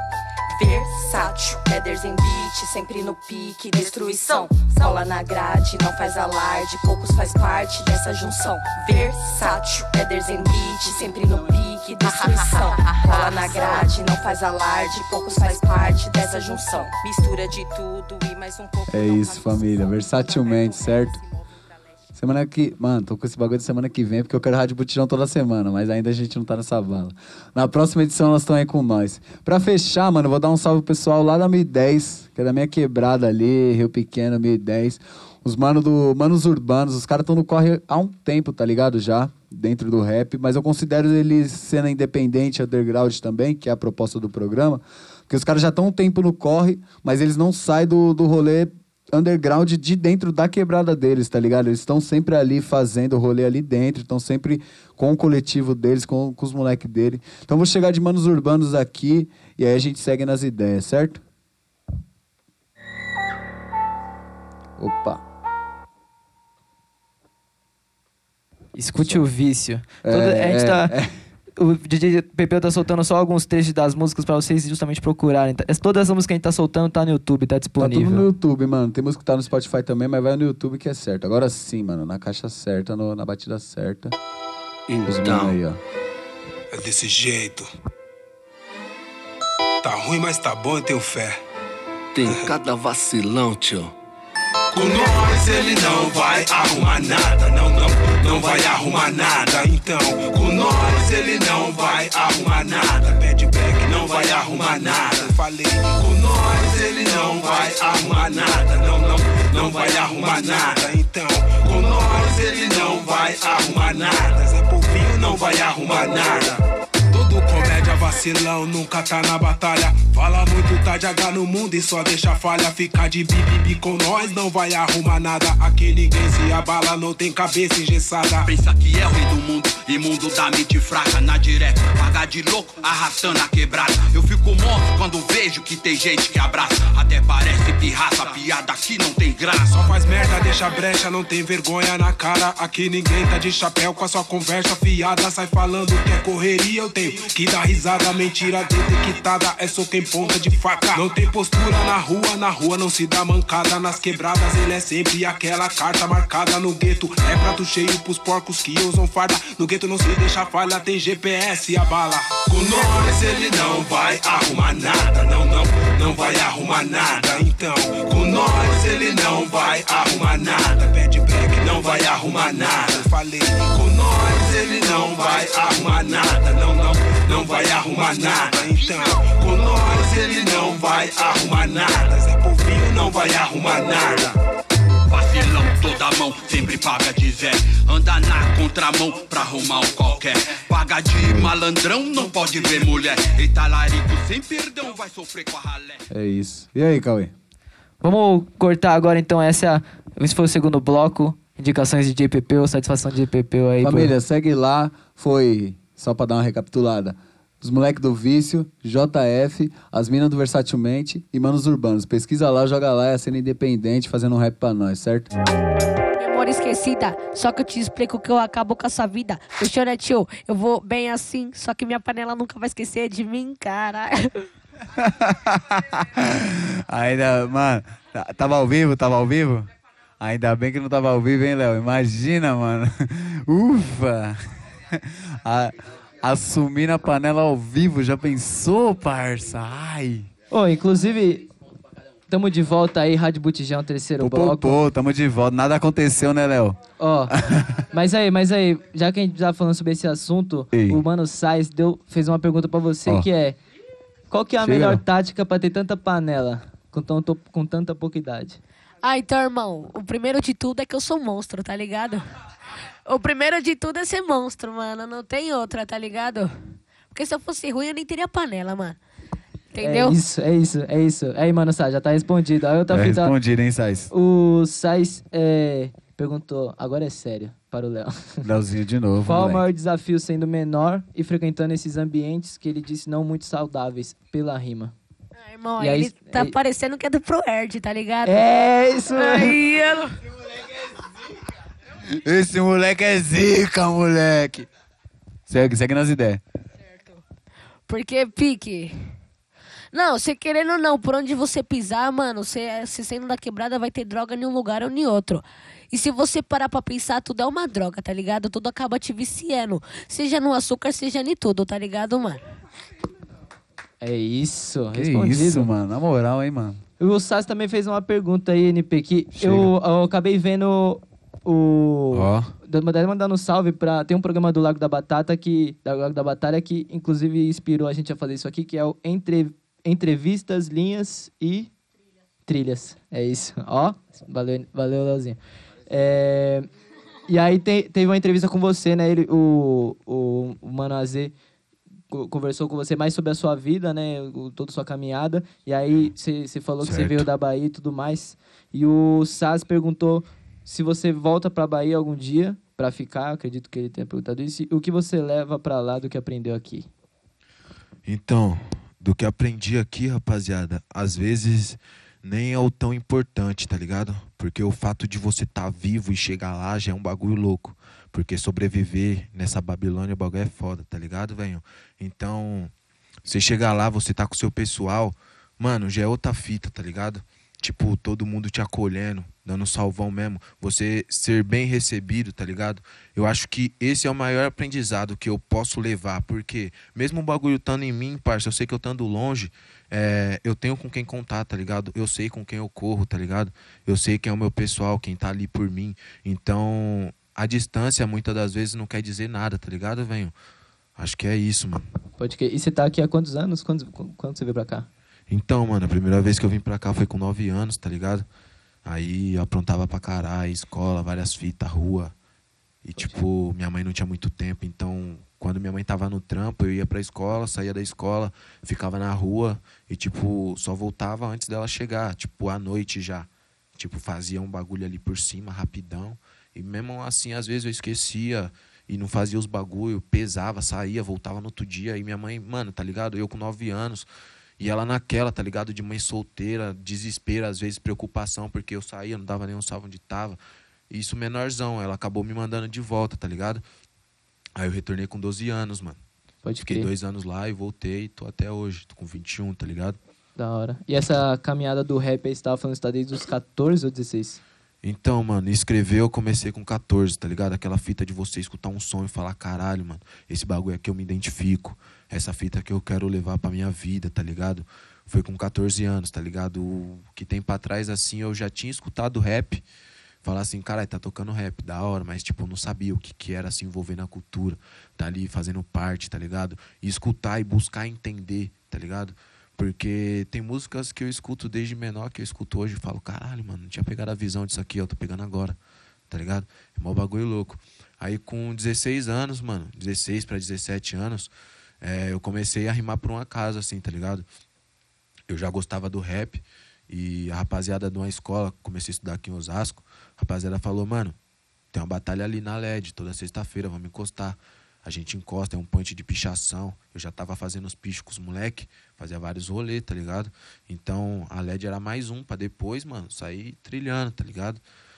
Versátil, headers em beat, sempre no pique, destruição. Cola na grade, não faz alarde, poucos faz parte dessa junção. Versátil, headers em beat, sempre no pique, destruição. Cola na grade, não faz alarde, poucos faz parte dessa junção. Mistura de tudo e mais um pouco. É isso, família, versatilmente, certo? Semana que... Mano, tô com esse bagulho de semana que vem porque eu quero Rádio Botijão toda semana, mas ainda a gente não tá nessa bala. Na próxima edição elas estão aí com nós. Pra fechar, mano, eu vou dar um salve pro pessoal lá da mil e dez, que é da minha quebrada ali, Rio Pequeno, mil e dez. Os manos do Manos Urbanos, os caras estão no corre há um tempo, tá ligado? Já, dentro do rap, mas eu considero eles cena independente, underground também, que é a proposta do programa, porque os caras já estão um tempo no corre, mas eles não saem do, do rolê underground de dentro da quebrada deles, tá ligado? Eles estão sempre ali fazendo o rolê ali dentro, estão sempre com o coletivo deles, com, com os moleques dele. Então vou chegar de Manos Urbanos aqui e aí a gente segue nas ideias, certo? Opa. Escute o vício. É, Toda, a gente é, tá... é. O D J Pepeu tá soltando só alguns trechos das músicas pra vocês justamente procurarem. Toda essa música que a gente tá soltando tá no YouTube, tá disponível. Tá tudo no YouTube, mano. Tem música que tá no Spotify também, mas vai no YouTube que é certo. Agora sim, mano. Na caixa certa, no, na batida certa. Então, aí, ó. É desse jeito. Tá ruim, mas tá bom, eu tenho fé. Tem cada vacilão, tio. Com nós ele não vai arrumar nada, não, não, não vai arrumar nada. Então, com nós ele não vai arrumar nada. Bad back não vai arrumar nada. Falei, com nós ele não vai arrumar nada, não, não, não vai arrumar nada. Então, com nós ele não vai arrumar nada. Zé Povinho não vai arrumar nada. Todo comédia vacilão nunca tá na batalha. Fala muito, tá de H no mundo e só deixa falha. Ficar de bibibi com nós não vai arrumar nada. Aqui ninguém se abala, não tem cabeça engessada. Pensa que é o rei do mundo, imundo da mente fraca. Na direta, pagar de louco, arrastando a quebrada. Eu fico monstro quando vejo que tem gente que abraça. Até parece pirraça, piada aqui não tem graça. Só faz merda, deixa brecha, não tem vergonha na cara. Aqui ninguém tá de chapéu com a sua conversa fiada. Sai falando que é correria, eu tenho que dar risada. Mentira detectada, é só quem ponta de faca. Não tem postura na rua, na rua não se dá mancada. Nas quebradas ele é sempre aquela carta marcada. No gueto é prato cheio pros porcos que usam farda. No gueto não se deixa falha, tem G P S e a bala. Com nós ele não vai arrumar nada, não, não, não vai arrumar nada. Então, com nós ele não vai arrumar nada. Bad back não vai arrumar nada. Falei, com nós ele não vai arrumar nada, não, não, não vai arrumar nada. Então, com nós ele não vai arrumar nada. Zé Povinho não vai arrumar nada. Vacilão, toda mão, sempre paga de Zé. Anda na contramão pra arrumar um qualquer. Paga de malandrão, não pode ver mulher. Eita larico, sem perdão, vai sofrer com a ralé. É isso. E aí, Cauê? Vamos cortar agora então essa... Esse foi o segundo bloco. Indicações de D J Pepeu, satisfação de D J Pepeu aí. Família, por... segue lá. Foi, só pra dar uma recapitulada, os moleques do Vício, J F, as minas do Versatilmente e Manos Urbanos. Pesquisa lá, joga lá, é a cena independente fazendo um rap pra nós, certo? Memória esquecida, só que eu te explico que eu acabo com essa vida. Puxando é tio, eu vou bem assim, só que minha panela nunca vai esquecer de mim, caralho. Ainda, mano, tava ao vivo, tava ao vivo? Ainda bem que não tava ao vivo, hein, Léo? Imagina, mano. Ufa! A, assumir na panela ao vivo, já pensou, parça? Ai! Ô, oh, inclusive, tamo de volta aí, Rádio Botijão, terceiro pô, bloco. Pô, pô, tamo de volta. Nada aconteceu, né, Léo? Ó, oh, mas aí, mas aí, já que a gente tá falando sobre esse assunto, Ei. o Mano Sais deu, fez uma pergunta pra você, oh. que é... Qual que é a Chega. melhor tática pra ter tanta panela com, tanto, com tanta pouca idade? Ah, então, irmão, o primeiro de tudo é que eu sou monstro, tá ligado? O primeiro de tudo é ser monstro, mano. Não tem outra, tá ligado? Porque se eu fosse ruim, eu nem teria panela, mano. Entendeu? É isso, é isso, é isso. Aí, Mano Sais, já tá respondido. Aí outra é fita, respondido, hein, Sais? O Sais é, perguntou, agora é sério, para o Léo. Leozinho de novo, Qual moleque. o maior desafio sendo menor e frequentando esses ambientes que ele disse não muito saudáveis pela rima? Ah, irmão, aí, ele tá aí... parecendo que é do ProErd, tá ligado? É, isso aí. Esse moleque é zica, moleque. Segue, segue nas ideias. Certo. Porque, Pique... Não, você querendo ou não, por onde você pisar, mano, você, você saindo da quebrada vai ter droga em um lugar ou em outro. E se você parar pra pensar, tudo é uma droga, tá ligado? Tudo acaba te viciando. Seja no açúcar, seja em tudo, tá ligado, mano? É isso, que respondido. isso, mano, na moral, hein, mano. O Sass também fez uma pergunta aí, N P, que eu, eu acabei vendo o... Ó. Oh. Mandando um salve pra... Tem um programa do Lago da Batata, que... Da Lago da Batalha, que inclusive inspirou a gente a fazer isso aqui, que é o Entre... Entrevistas, linhas e trilhas. É isso. Ó, valeu, valeu, Leozinho. É, e aí te, teve uma entrevista com você, né? Ele, o, o, o Mano Azê conversou com você mais sobre a sua vida, né? O, toda a sua caminhada. E aí você falou certo. que você veio da Bahia e tudo mais. E o Sass perguntou se você volta pra Bahia algum dia pra ficar. Acredito que ele tenha perguntado isso. E o que você leva pra lá do que aprendeu aqui? Então... Do que aprendi aqui, rapaziada, às vezes nem é o tão importante, tá ligado? Porque o fato de você estar tá vivo e chegar lá já é um bagulho louco. Porque sobreviver nessa Babilônia, o bagulho é foda, tá ligado, velho? Então, você chegar lá, você tá com o seu pessoal, mano, já é outra fita, tá ligado? Tipo, todo mundo te acolhendo, dando salvão mesmo. Você ser bem recebido, tá ligado? Eu acho que esse é o maior aprendizado que eu posso levar. Porque mesmo o bagulho estando em mim, parça, eu sei que eu estando longe, é, eu tenho com quem contar, tá ligado? Eu sei com quem eu corro, tá ligado? Eu sei quem é o meu pessoal, quem tá ali por mim. Então, a distância, muitas das vezes, não quer dizer nada, tá ligado, velho? Acho que é isso, mano. Pode que... E você tá aqui há quantos anos? Quando, quando você veio pra cá? Então, mano, a primeira vez que eu vim pra cá foi com nove anos, tá ligado? Aí eu aprontava pra caralho, escola, várias fitas, rua. E, tipo, minha mãe não tinha muito tempo. Então, quando minha mãe tava no trampo, eu ia pra escola, saía da escola, ficava na rua. E, tipo, só voltava antes dela chegar. Tipo, à noite já. Tipo, fazia um bagulho ali por cima, rapidão. E mesmo assim, às vezes eu esquecia e não fazia os bagulho. Pesava, saía, voltava no outro dia. E minha mãe, mano, tá ligado? Eu com nove anos... E ela naquela, tá ligado? De mãe solteira, desespero, às vezes preocupação, porque eu saía, não dava nenhum salve onde tava. E isso menorzão, ela acabou me mandando de volta, tá ligado? Aí eu retornei com doze anos, mano. Pode Fiquei crer. dois anos lá e voltei, tô até hoje, tô com vinte e um, tá ligado? Da hora. E essa caminhada do rap aí, você tava falando que você tá desde os catorze ou dezesseis? Então, mano, escrever eu comecei com catorze, tá ligado? Aquela fita de você escutar um som e falar, caralho, mano, esse bagulho aqui eu me identifico. Essa fita que eu quero levar pra minha vida, tá ligado? Foi com catorze anos, tá ligado? O que tem pra trás, assim, eu já tinha escutado rap. Falar assim, caralho, tá tocando rap, da hora. Mas, tipo, eu não sabia o que, que era se envolver na cultura. Tá ali fazendo parte, tá ligado? E escutar e buscar entender, tá ligado? Porque tem músicas que eu escuto desde menor, que eu escuto hoje e falo, caralho, mano, não tinha pegado a visão disso aqui, eu tô pegando agora, tá ligado? É mó bagulho louco. Aí com dezesseis anos, mano, dezesseis pra dezessete anos, é, eu comecei a rimar por um acaso, assim, tá ligado? Eu já gostava do rap e a rapaziada de uma escola, comecei a estudar aqui em Osasco, a rapaziada falou, mano, tem uma batalha ali na L E D, toda sexta-feira, vamos encostar. A gente encosta, é um punch de pichação. Eu já tava fazendo os pichos com os moleque, fazia vários rolês, tá ligado? Então, a L E D era mais um pra depois, mano, sair trilhando, tá ligado?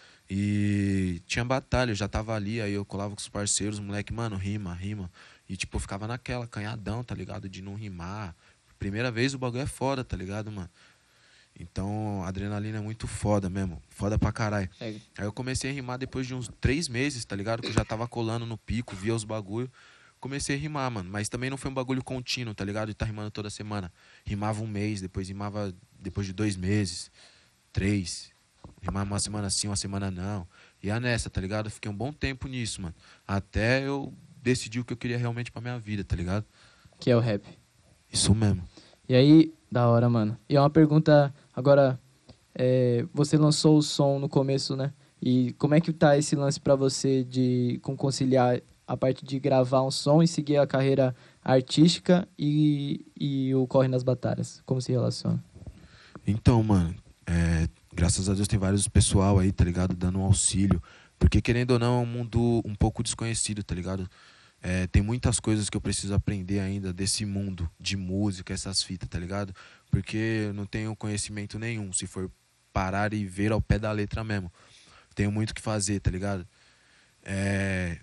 E tinha batalha, eu já tava ali, aí eu colava com os parceiros, moleque, mano, rima, rima. E, tipo, eu ficava naquela, canhadão, tá ligado? De não rimar. Primeira vez o bagulho é foda, tá ligado, mano? Então, a adrenalina é muito foda mesmo. Foda pra caralho. É. Aí eu comecei a rimar depois de uns três meses, tá ligado? Que eu já tava colando no pico, via os bagulho. Comecei a rimar, mano. Mas também não foi um bagulho contínuo, tá ligado? De tá rimando toda semana. Rimava um mês, depois rimava depois de dois meses, três. Rimava uma semana sim, uma semana não. E é nessa, tá ligado? Fiquei um bom tempo nisso, mano. Até eu decidir o que eu queria realmente pra minha vida, tá ligado? Que é o rap. Isso mesmo. E aí, da hora, mano. E é uma pergunta, agora, é, você lançou o som no começo, né? E como é que tá esse lance pra você de com conciliar a parte de gravar um som e seguir a carreira artística e, e o corre nas batalhas? Como se relaciona? Então, mano, é, graças a Deus tem vários pessoal aí, tá ligado? Dando um auxílio. Porque, querendo ou não, é um mundo um pouco desconhecido, tá ligado? É, tem muitas coisas que eu preciso aprender ainda desse mundo de música, essas fitas, tá ligado? Porque eu não tenho conhecimento nenhum, se for parar e ver ao pé da letra mesmo. Tenho muito o que fazer, tá ligado? É...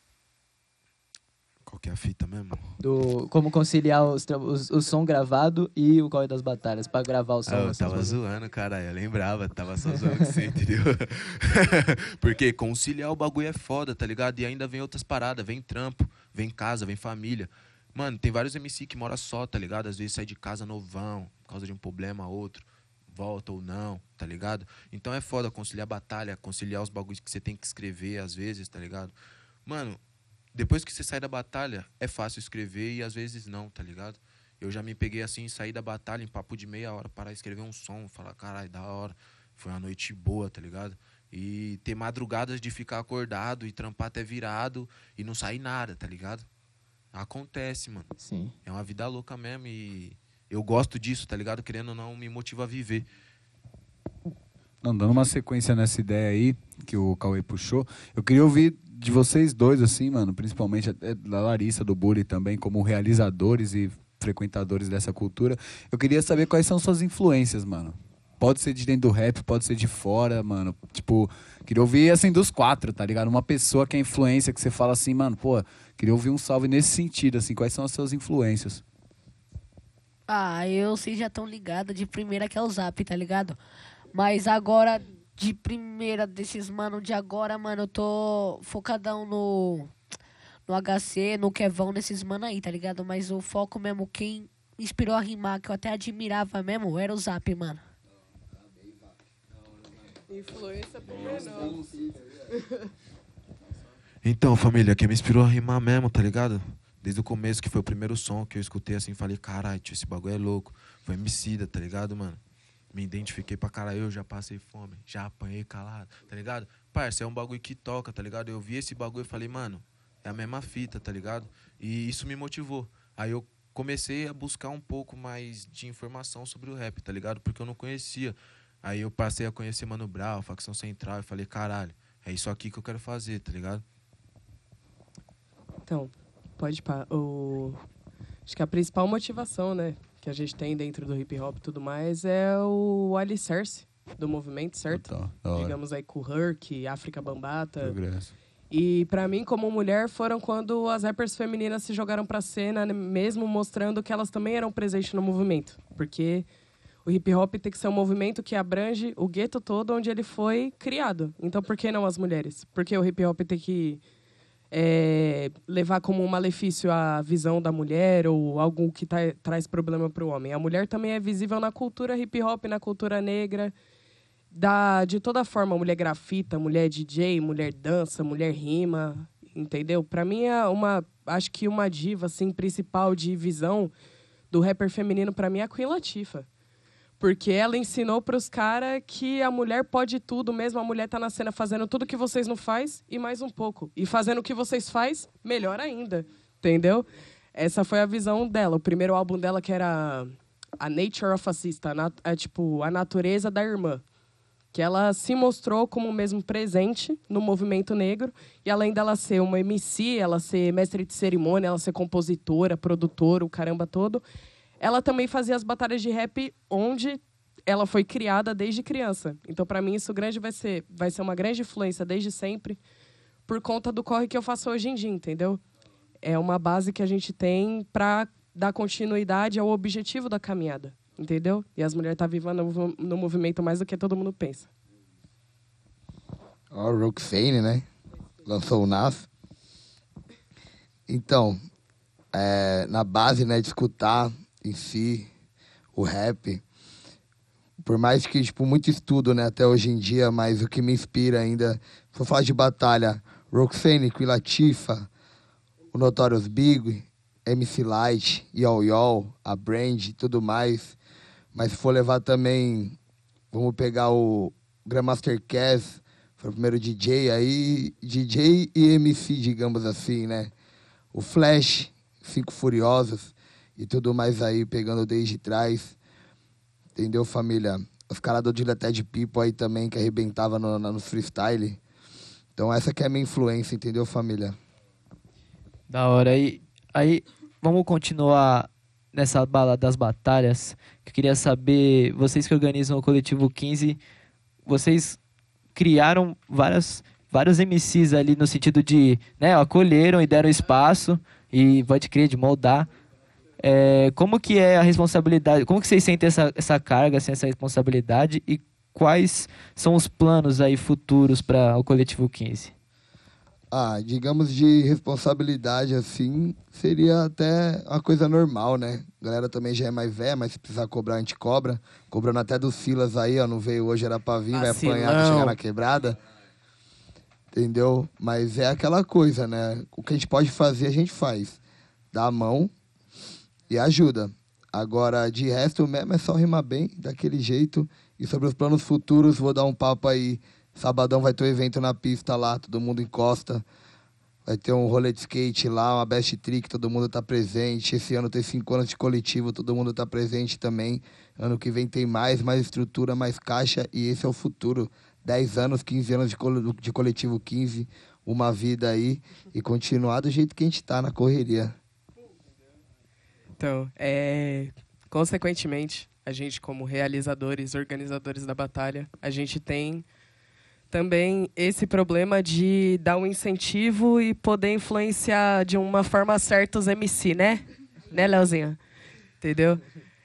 Qual que é a fita mesmo? Do, como conciliar os, os, o som gravado e o corre das batalhas, pra gravar o som. Ah, eu tava zoando, caralho, eu lembrava, tava só zoando com você, entendeu? Porque conciliar o bagulho é foda, tá ligado? E ainda vem outras paradas, vem trampo, vem casa, vem família. Mano, tem vários M C que moram só, tá ligado? Às vezes sai de casa novão, por causa de um problema outro, volta ou não, tá ligado? Então é foda conciliar batalha, conciliar os bagulhos que você tem que escrever às vezes, tá ligado? Mano, depois que você sai da batalha, é fácil escrever e às vezes não, tá ligado? Eu já me peguei assim, sair da batalha em papo de meia hora, parar escrever um som, falar, caralho, da hora, foi uma noite boa, tá ligado? E ter madrugadas de ficar acordado e trampar até virado e não sair nada, tá ligado? Acontece, mano. Sim. É uma vida louca mesmo e eu gosto disso, tá ligado? Querendo ou não, me motiva a viver. Não, dando uma sequência nessa ideia aí que o Cauê puxou, eu queria ouvir de vocês dois, assim, mano, principalmente da Larissa, do Bully também, como realizadores e frequentadores dessa cultura, eu queria saber quais são suas influências, mano. Pode ser de dentro do rap, pode ser de fora, mano. Tipo, queria ouvir, assim, dos quatro, tá ligado? Uma pessoa que é influência, que você fala assim, mano, pô, queria ouvir um salve nesse sentido, assim, quais são as suas influências? Ah, eu sei, já tão ligado de primeira que é o Zap, tá ligado? Mas agora, de primeira desses mano de agora, mano, eu tô focadão no, no H C, no Kevão, nesses mano aí, tá ligado? Mas o foco mesmo, quem inspirou a rimar, que eu até admirava mesmo, era o Zap, mano. Influência por menor. Então, família, quem me inspirou a rimar mesmo, tá ligado? Desde o começo, que foi o primeiro som que eu escutei assim, falei, caralho, esse bagulho é louco. Foi Emicida, tá ligado, mano? Me identifiquei pra caralho, eu já passei fome, já apanhei calado, tá ligado? Parça, é um bagulho que toca, tá ligado? Eu vi esse bagulho e falei, mano, é a mesma fita, tá ligado? E isso me motivou. Aí eu comecei a buscar um pouco mais de informação sobre o rap, tá ligado? Porque eu não conhecia. Aí eu passei a conhecer Mano Brown, Facção Central, e falei, caralho, é isso aqui que eu quero fazer, tá ligado? Então, pode pá. O... Acho que a principal motivação, né, que a gente tem dentro do hip hop e tudo mais é o alicerce do movimento, certo? Total, digamos aí com o Herc, África Bambata. Progresso. E pra mim, como mulher, foram quando as rappers femininas se jogaram pra cena, né, mesmo mostrando que elas também eram presentes no movimento. Porque o hip hop tem que ser um movimento que abrange o gueto todo onde ele foi criado. Então, por que não as mulheres? Porque o hip hop tem que É, levar como um malefício a visão da mulher ou algo que tá, traz problema para o homem. A mulher também é visível na cultura hip hop, na cultura negra, da, de toda forma. Mulher grafita, mulher D J, mulher dança, mulher rima, entendeu? Para mim é uma, acho que uma diva assim principal de visão do rapper feminino para mim é a Queen Latifah. Porque ela ensinou para os caras que a mulher pode tudo, mesmo a mulher tá na cena fazendo tudo que vocês não faz e mais um pouco. E fazendo o que vocês faz, melhor ainda, entendeu? Essa foi a visão dela. O primeiro álbum dela, que era A Nature of a Sister, a, a, tipo, a natureza da irmã. Que ela se mostrou como mesmo presente no movimento negro. E além dela ser uma M C, ela ser mestre de cerimônia, ela ser compositora, produtora, o caramba todo, ela também fazia as batalhas de rap onde ela foi criada desde criança. Então, para mim, isso grande vai ser, vai ser uma grande influência desde sempre, por conta do corre que eu faço hoje em dia, entendeu? É uma base que a gente tem para dar continuidade ao objetivo da caminhada, entendeu? E as mulheres estão tá vivendo no, no movimento mais do que todo mundo pensa. Ó, o Roxane, né? Lançou o Nas. Então, é, na base, né, de escutar em si o rap, por mais que, tipo, muito estudo, né, até hoje em dia, mas o que me inspira ainda, se for falar de batalha, Roxane, Queen Latifah, o Notorious Big, M C Light, Yo Yo, a Brand e tudo mais. Mas se for levar também, vamos pegar o Grandmaster Caz, foi o primeiro D J aí, D J e M C, digamos assim, né? O Flash, Cinco Furiosos e tudo mais aí, pegando desde trás. Entendeu, família? Os caras do Dilla Ted People aí também, que arrebentava no, no freestyle. Então essa que é a minha influência, entendeu, família? Da hora. E aí, vamos continuar nessa bala das batalhas. Eu queria saber, vocês que organizam o Coletivo quinze, vocês criaram várias, vários M Cs ali no sentido de, né, acolheram e deram espaço e pode crer de moldar. É, como que é a responsabilidade, como que vocês sentem essa, essa carga, assim, essa responsabilidade e quais são os planos aí futuros para o Coletivo quinze? Ah, digamos de responsabilidade, assim, seria até uma coisa normal, né? A galera também já é mais velha, mas se precisar cobrar, a gente cobra. Cobrando até dos Silas aí, ó, não veio hoje, era pra vir, vai apanhar pra chegar na quebrada. Entendeu? Mas é aquela coisa, né? O que a gente pode fazer, a gente faz. Dá a mão e ajuda. Agora, de resto mesmo, é só rimar bem, daquele jeito. E sobre os planos futuros, vou dar um papo aí. Sabadão vai ter um evento na pista lá, todo mundo encosta. Vai ter um rolê de skate lá, uma best trick, todo mundo tá presente. Esse ano tem cinco anos de coletivo, todo mundo tá presente também. Ano que vem tem mais, mais estrutura, mais caixa. E esse é o futuro. dez anos, quinze anos de, col- de coletivo quinze, uma vida aí. E continuar do jeito que a gente tá, na correria. Então, é... consequentemente, a gente como realizadores, organizadores da batalha, a gente tem também esse problema de dar um incentivo e poder influenciar de uma forma certa os M C, né? Né, Leozinho? Entendeu?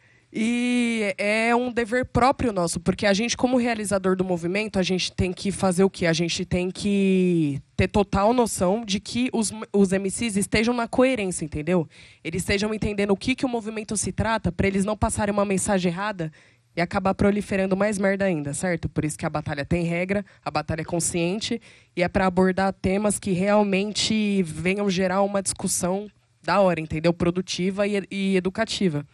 E é um dever próprio nosso, porque a gente, como realizador do movimento, a gente tem que fazer o quê? A gente tem que ter total noção de que os, os M Cs estejam na coerência, entendeu? Eles estejam entendendo o que, que o movimento se trata, para eles não passarem uma mensagem errada e acabar proliferando mais merda ainda, certo? Por isso que a batalha tem regra, a batalha é consciente e é para abordar temas que realmente venham gerar uma discussão da hora, entendeu? Produtiva e, e educativa.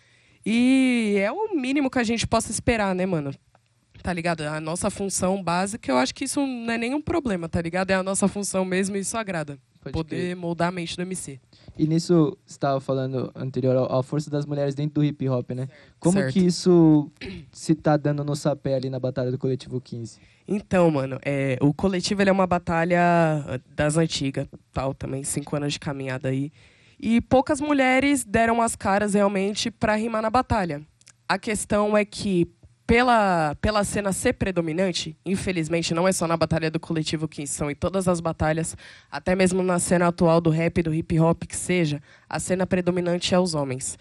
E é o mínimo que a gente possa esperar, né, mano? Tá ligado? A nossa função básica, eu acho que isso não é nenhum problema, tá ligado? É a nossa função mesmo e isso agrada. Pode poder crer. Moldar a mente do M C. E nisso, você estava falando anterior, a força das mulheres dentro do hip hop, né? Como Certo. que isso se tá dando no sapé ali na batalha do Coletivo quinze? Então, mano, é, o Coletivo ele é uma batalha das antigas, tal, também, cinco anos de caminhada aí. E poucas mulheres deram as caras realmente para rimar na batalha. A questão é que, pela, pela cena ser predominante, infelizmente, não é só na batalha do Coletivo quinze, são em todas as batalhas, até mesmo na cena atual do rap, do hip hop, que seja, a cena predominante é os homens.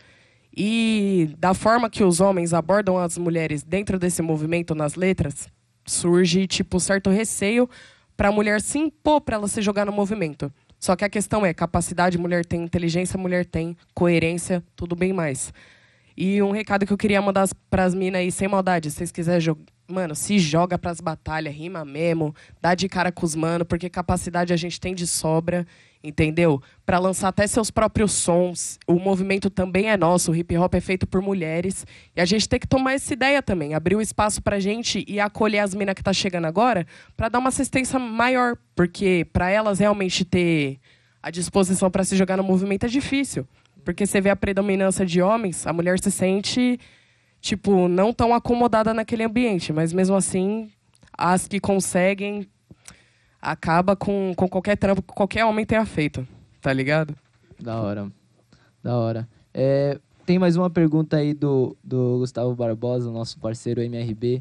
E da forma que os homens abordam as mulheres dentro desse movimento, nas letras, surge tipo certo receio para a mulher se impor, para ela se jogar no movimento. Só que a questão é, capacidade, mulher tem, inteligência, mulher tem, coerência, tudo bem mais. E um recado que eu queria mandar pras minas aí, sem maldade, se vocês quiserem jogar, mano, se joga pras batalhas, rima mesmo, dá de cara com os mano, porque capacidade a gente tem de sobra, entendeu? Pra lançar até seus próprios sons. O movimento também é nosso, o hip hop é feito por mulheres. E a gente tem que tomar essa ideia também, abrir o espaço pra gente e acolher as minas que tá chegando agora, pra dar uma assistência maior, porque pra elas realmente ter a disposição pra se jogar no movimento é difícil. Porque você vê a predominância de homens, a mulher se sente, tipo, não tão acomodada naquele ambiente. Mas, mesmo assim, as que conseguem, acaba com, com qualquer trampo que qualquer homem tenha feito. Tá ligado? Da hora. Da hora. É, tem mais uma pergunta aí do, do Gustavo Barbosa, nosso parceiro M R B.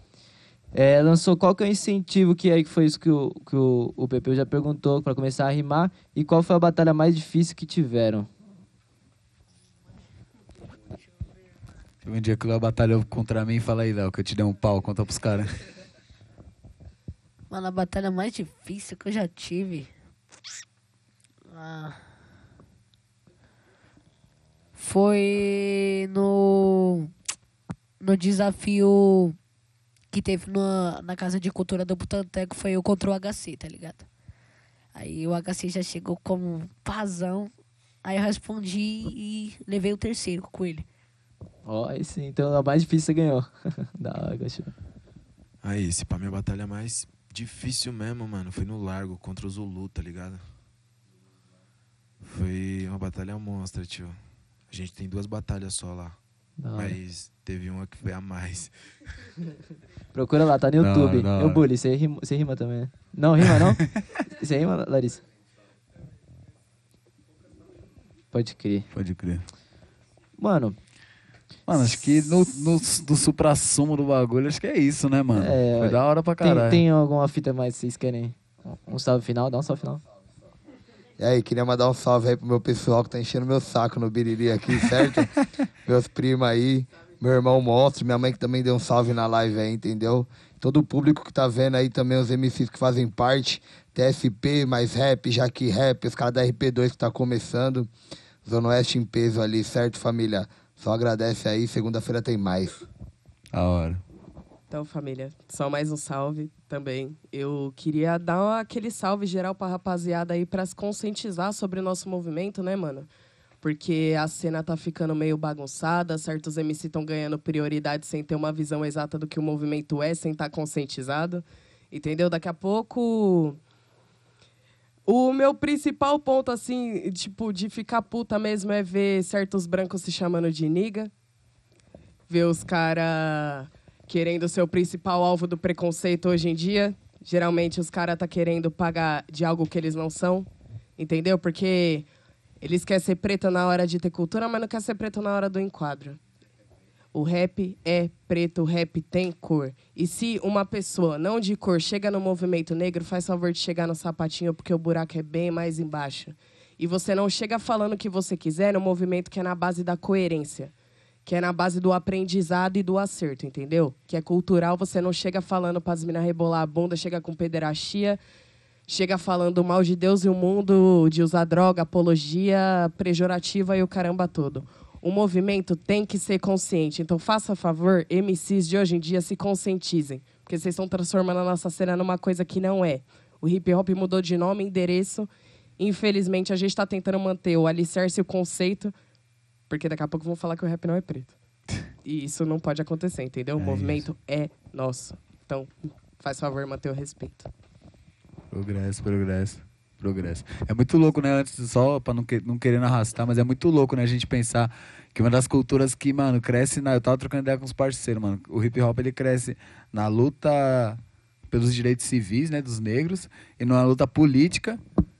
É, lançou qual que é o incentivo, que aí foi isso que o, que o, o Pepeu já perguntou, para começar a rimar. E qual foi a batalha mais difícil que tiveram? Teve um dia que o Léo batalhou contra mim. Fala aí, Léo, que eu te dei um pau. Conta pros caras. Mano, a batalha mais difícil que eu já tive... Ah... Foi no... No desafio que teve na, na Casa de Cultura do Butanteco. Foi eu contra o H C, tá ligado? Aí o H C já chegou como um pazão. Aí eu respondi e levei o terceiro com ele. Ó, oh, esse então a mais difícil você ganhou. Da hora, gostei. Aí, esse pra minha batalha mais difícil mesmo, mano. Foi no Largo contra o Zulu, tá ligado? Foi uma batalha monstra, tio. A gente tem duas batalhas só lá. Não. Mas teve uma que foi a mais. Procura lá, tá no YouTube. Não, não. Eu bully, você rima, você rima também. Não, rima não? Você rima, Larissa? Pode crer. Pode crer. Mano... Mano, acho que no, no, no supra-sumo do bagulho, acho que é isso, né, mano? É, foi da hora pra caralho. Tem, tem alguma fita mais que vocês querem? Um salve final? Dá um salve final. E aí, queria mandar um salve aí pro meu pessoal que tá enchendo meu saco no Biriri aqui, certo? Meus primos aí, meu irmão Monstro, minha mãe que também deu um salve na live aí, entendeu? Todo o público que tá vendo aí também, os M Cs que fazem parte, T S P, mais rap, Jaque Rap, os caras da R P dois que tá começando, Zona Oeste em peso ali, certo, família? Só agradece aí, segunda-feira tem mais. A hora. Então, família, só mais um salve também. Eu queria dar aquele salve geral pra rapaziada aí pra se conscientizar sobre o nosso movimento, né, mano? Porque a cena tá ficando meio bagunçada, certos M C estão ganhando prioridade sem ter uma visão exata do que o movimento é, sem estar conscientizado, entendeu? Daqui a pouco... O meu principal ponto, assim, tipo, de ficar puta mesmo é ver certos brancos se chamando de niga. Ver os caras querendo ser o principal alvo do preconceito hoje em dia. Geralmente os caras tá querendo pagar de algo que eles não são. Entendeu? Porque eles querem ser preto na hora de ter cultura, mas não querem ser preto na hora do enquadro. O rap é preto, o rap tem cor. E se uma pessoa não de cor chega no movimento negro, faz favor de chegar no sapatinho, porque o buraco é bem mais embaixo. E você não chega falando o que você quiser no movimento que é na base da coerência. Que é na base do aprendizado e do acerto, entendeu? Que é cultural, você não chega falando para as minas rebolar a bunda, chega com pederastia, chega falando mal de Deus e o mundo, de usar droga, apologia pejorativa e o caramba todo. O movimento tem que ser consciente. Então, faça favor, M Cs de hoje em dia se conscientizem. Porque vocês estão transformando a nossa cena numa coisa que não é. O hip-hop mudou de nome, endereço. Infelizmente, a gente está tentando manter o alicerce e o conceito. Porque daqui a pouco vão falar que o rap não é preto. E isso não pode acontecer, entendeu? O é movimento isso. é nosso. Então, faz favor, manter o respeito. Progresso, progresso. Progresso. É muito louco, né? Antes, só pra não, que, não querendo arrastar, mas é muito louco, né? A gente pensar que uma das culturas que, mano, cresce na... Eu tava trocando ideia com os parceiros, mano. O hip hop, ele cresce na luta pelos direitos civis, né? Dos negros. E numa luta política.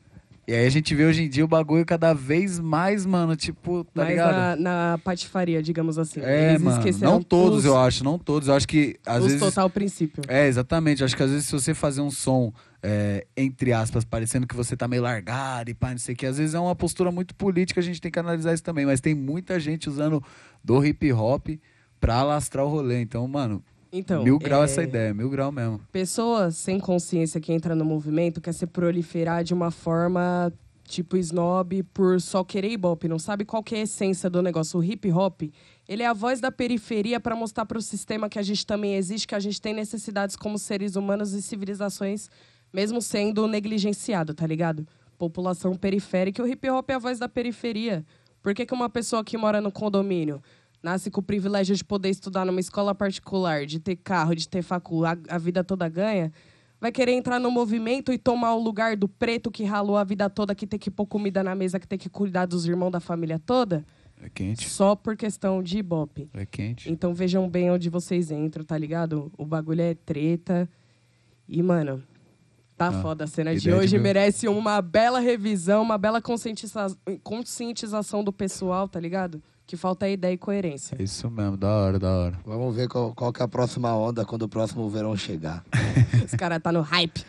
E aí a gente vê hoje em dia o bagulho cada vez mais, mano, tipo, tá mais ligado? Na, na patifaria, digamos assim. É, Eles mano, esqueceram não todos, os, eu acho, não todos. Eu acho que, às os vezes... total princípio. É, exatamente. Eu acho que, às vezes, se você fazer um som, é, entre aspas, parecendo que você tá meio largado e pá, não sei o que, às vezes é uma postura muito política, a gente tem que analisar isso também. Mas tem muita gente usando do hip-hop pra alastrar o rolê. Então, mano... Então, mil grau é... essa ideia, mil grau mesmo. Pessoas sem consciência que entra no movimento quer se proliferar de uma forma tipo snob por só querer ibope, não sabe qual que é a essência do negócio. O hip hop, ele é a voz da periferia para mostrar para o sistema que a gente também existe, que a gente tem necessidades como seres humanos e civilizações, mesmo sendo negligenciado, tá ligado? População periférica, o hip hop é a voz da periferia. Por que que uma pessoa que mora no condomínio nasce com o privilégio de poder estudar numa escola particular, de ter carro, de ter facu, a, a vida toda ganha, vai querer entrar no movimento e tomar o lugar do preto que ralou a vida toda, que tem que pôr comida na mesa, que tem que cuidar dos irmãos da família toda? É quente. Só por questão de ibope. É quente. Então vejam bem onde vocês entram, tá ligado? O bagulho é treta. E, mano, tá ah, foda. A cena de hoje de merece uma bela revisão, uma bela conscientiza... conscientização do pessoal, tá ligado? Que falta ideia e coerência. Isso mesmo, da hora, da hora. Vamos ver qual, qual que é a próxima onda quando o próximo verão chegar. Os caras tá no hype.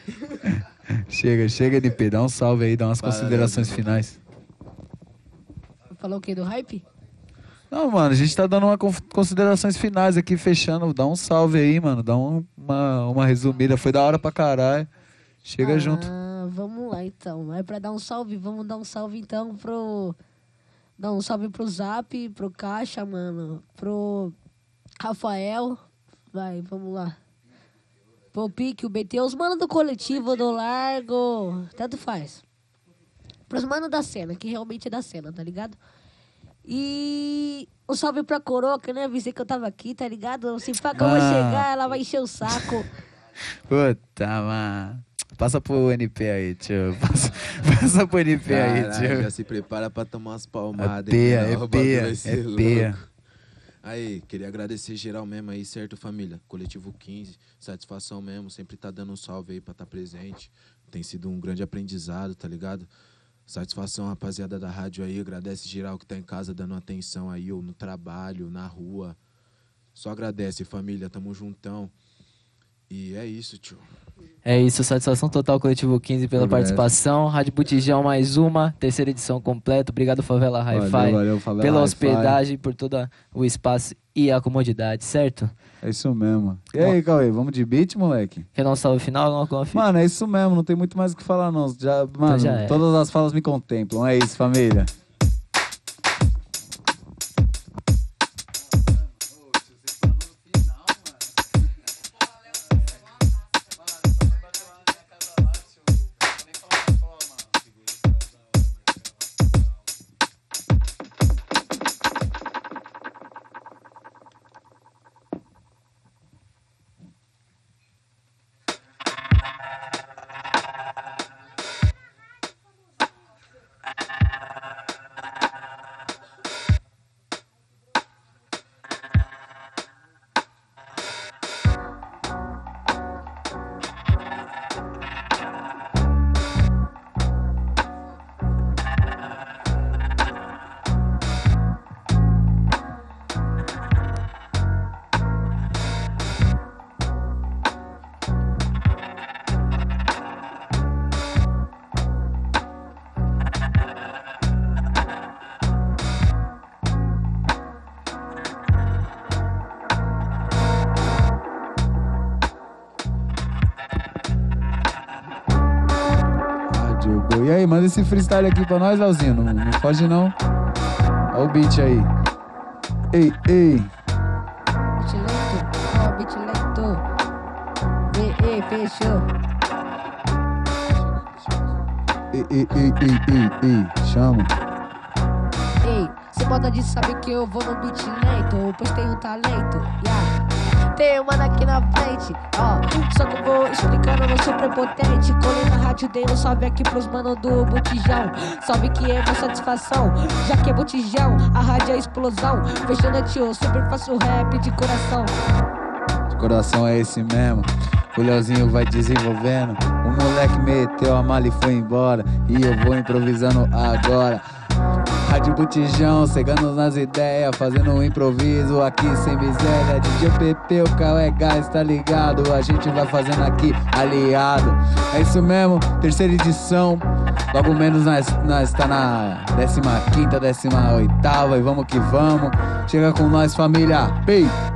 Chega, chega, N P. Dá um salve aí, dá umas Para considerações Deus. finais. Falou o quê? Do hype? Não, mano, a gente tá dando uma considerações finais aqui, fechando. Dá um salve aí, mano. Dá um, uma, uma resumida. Foi da hora pra caralho. Chega ah, junto. Vamos lá, então. É pra dar um salve, vamos dar um salve, então, pro... Dar um salve pro Zap, pro Caixa, mano. Pro Rafael. Vai, vamos lá. Pro Pique, o B T, os manos do coletivo, do Largo. Tanto faz. Pros manos da cena, que realmente é da cena, tá ligado? E um salve pra Coroca, né? Avisei que eu tava aqui, tá ligado? Se pá que eu vou chegar, ela vai encher o saco. Puta, mano. Passa pro N P aí, tio. Passa, passa pro N P aí, tio. Já se prepara pra tomar umas palmadas. É peia, é peia, é peia. Aí, queria agradecer geral mesmo aí, certo, família? Coletivo quinze, satisfação mesmo, sempre tá dando um salve aí pra estar tá presente. Tem sido um grande aprendizado, tá ligado? Satisfação, rapaziada da rádio aí, agradece geral que tá em casa dando atenção aí, ou no trabalho, na rua. Só agradece, família, tamo juntão. E é isso, tio. É isso, satisfação total, Coletivo quinze, pela Obrigado. participação. Rádio Botijão, mais uma, terceira edição completa. Obrigado, Favela Hi-Fi, Valeu, valeu, Favela pela Hi-Fi. hospedagem, por todo o espaço e a comodidade, certo? É isso mesmo. E aí, Cauê, vamos de beat, moleque? Quer dar um salve final? Não, confio. Mano, é isso mesmo, não tem muito mais o que falar, não. Já, mano, já é. Todas as falas me contemplam. É isso, família. E aí, manda esse freestyle aqui pra nós, Leozinho. Não, não pode não. Olha o beat aí. Ei, ei. Beat lento, ó, beat lento. Ei, ei, fechou. Ei, ei, ei, ei, ei, ei. Chama. Ei, cê moda de saber que eu vou no beat lento, pois tenho talento, yeah. Tem um mano aqui na frente, ó, só que eu vou explicando, eu não sou prepotente. Colei na rádio, dei um salve aqui pros manos do Botijão. Salve que é uma satisfação, já que é Botijão, a rádio é explosão. Fechando a tio, sempre faço rap de coração. De coração é esse mesmo. O Leozinho vai desenvolvendo. O moleque meteu a mala e foi embora. E eu vou improvisando agora. Rádio Botijão, cegando nas ideias, fazendo um improviso aqui sem miséria. D J P P, o Cauê Gás, tá ligado? A gente vai fazendo aqui aliado. É isso mesmo, terceira edição. Logo menos nós, nós tá na décima quinta, décima oitava. E vamos que vamos. Chega com nós, família. Pei!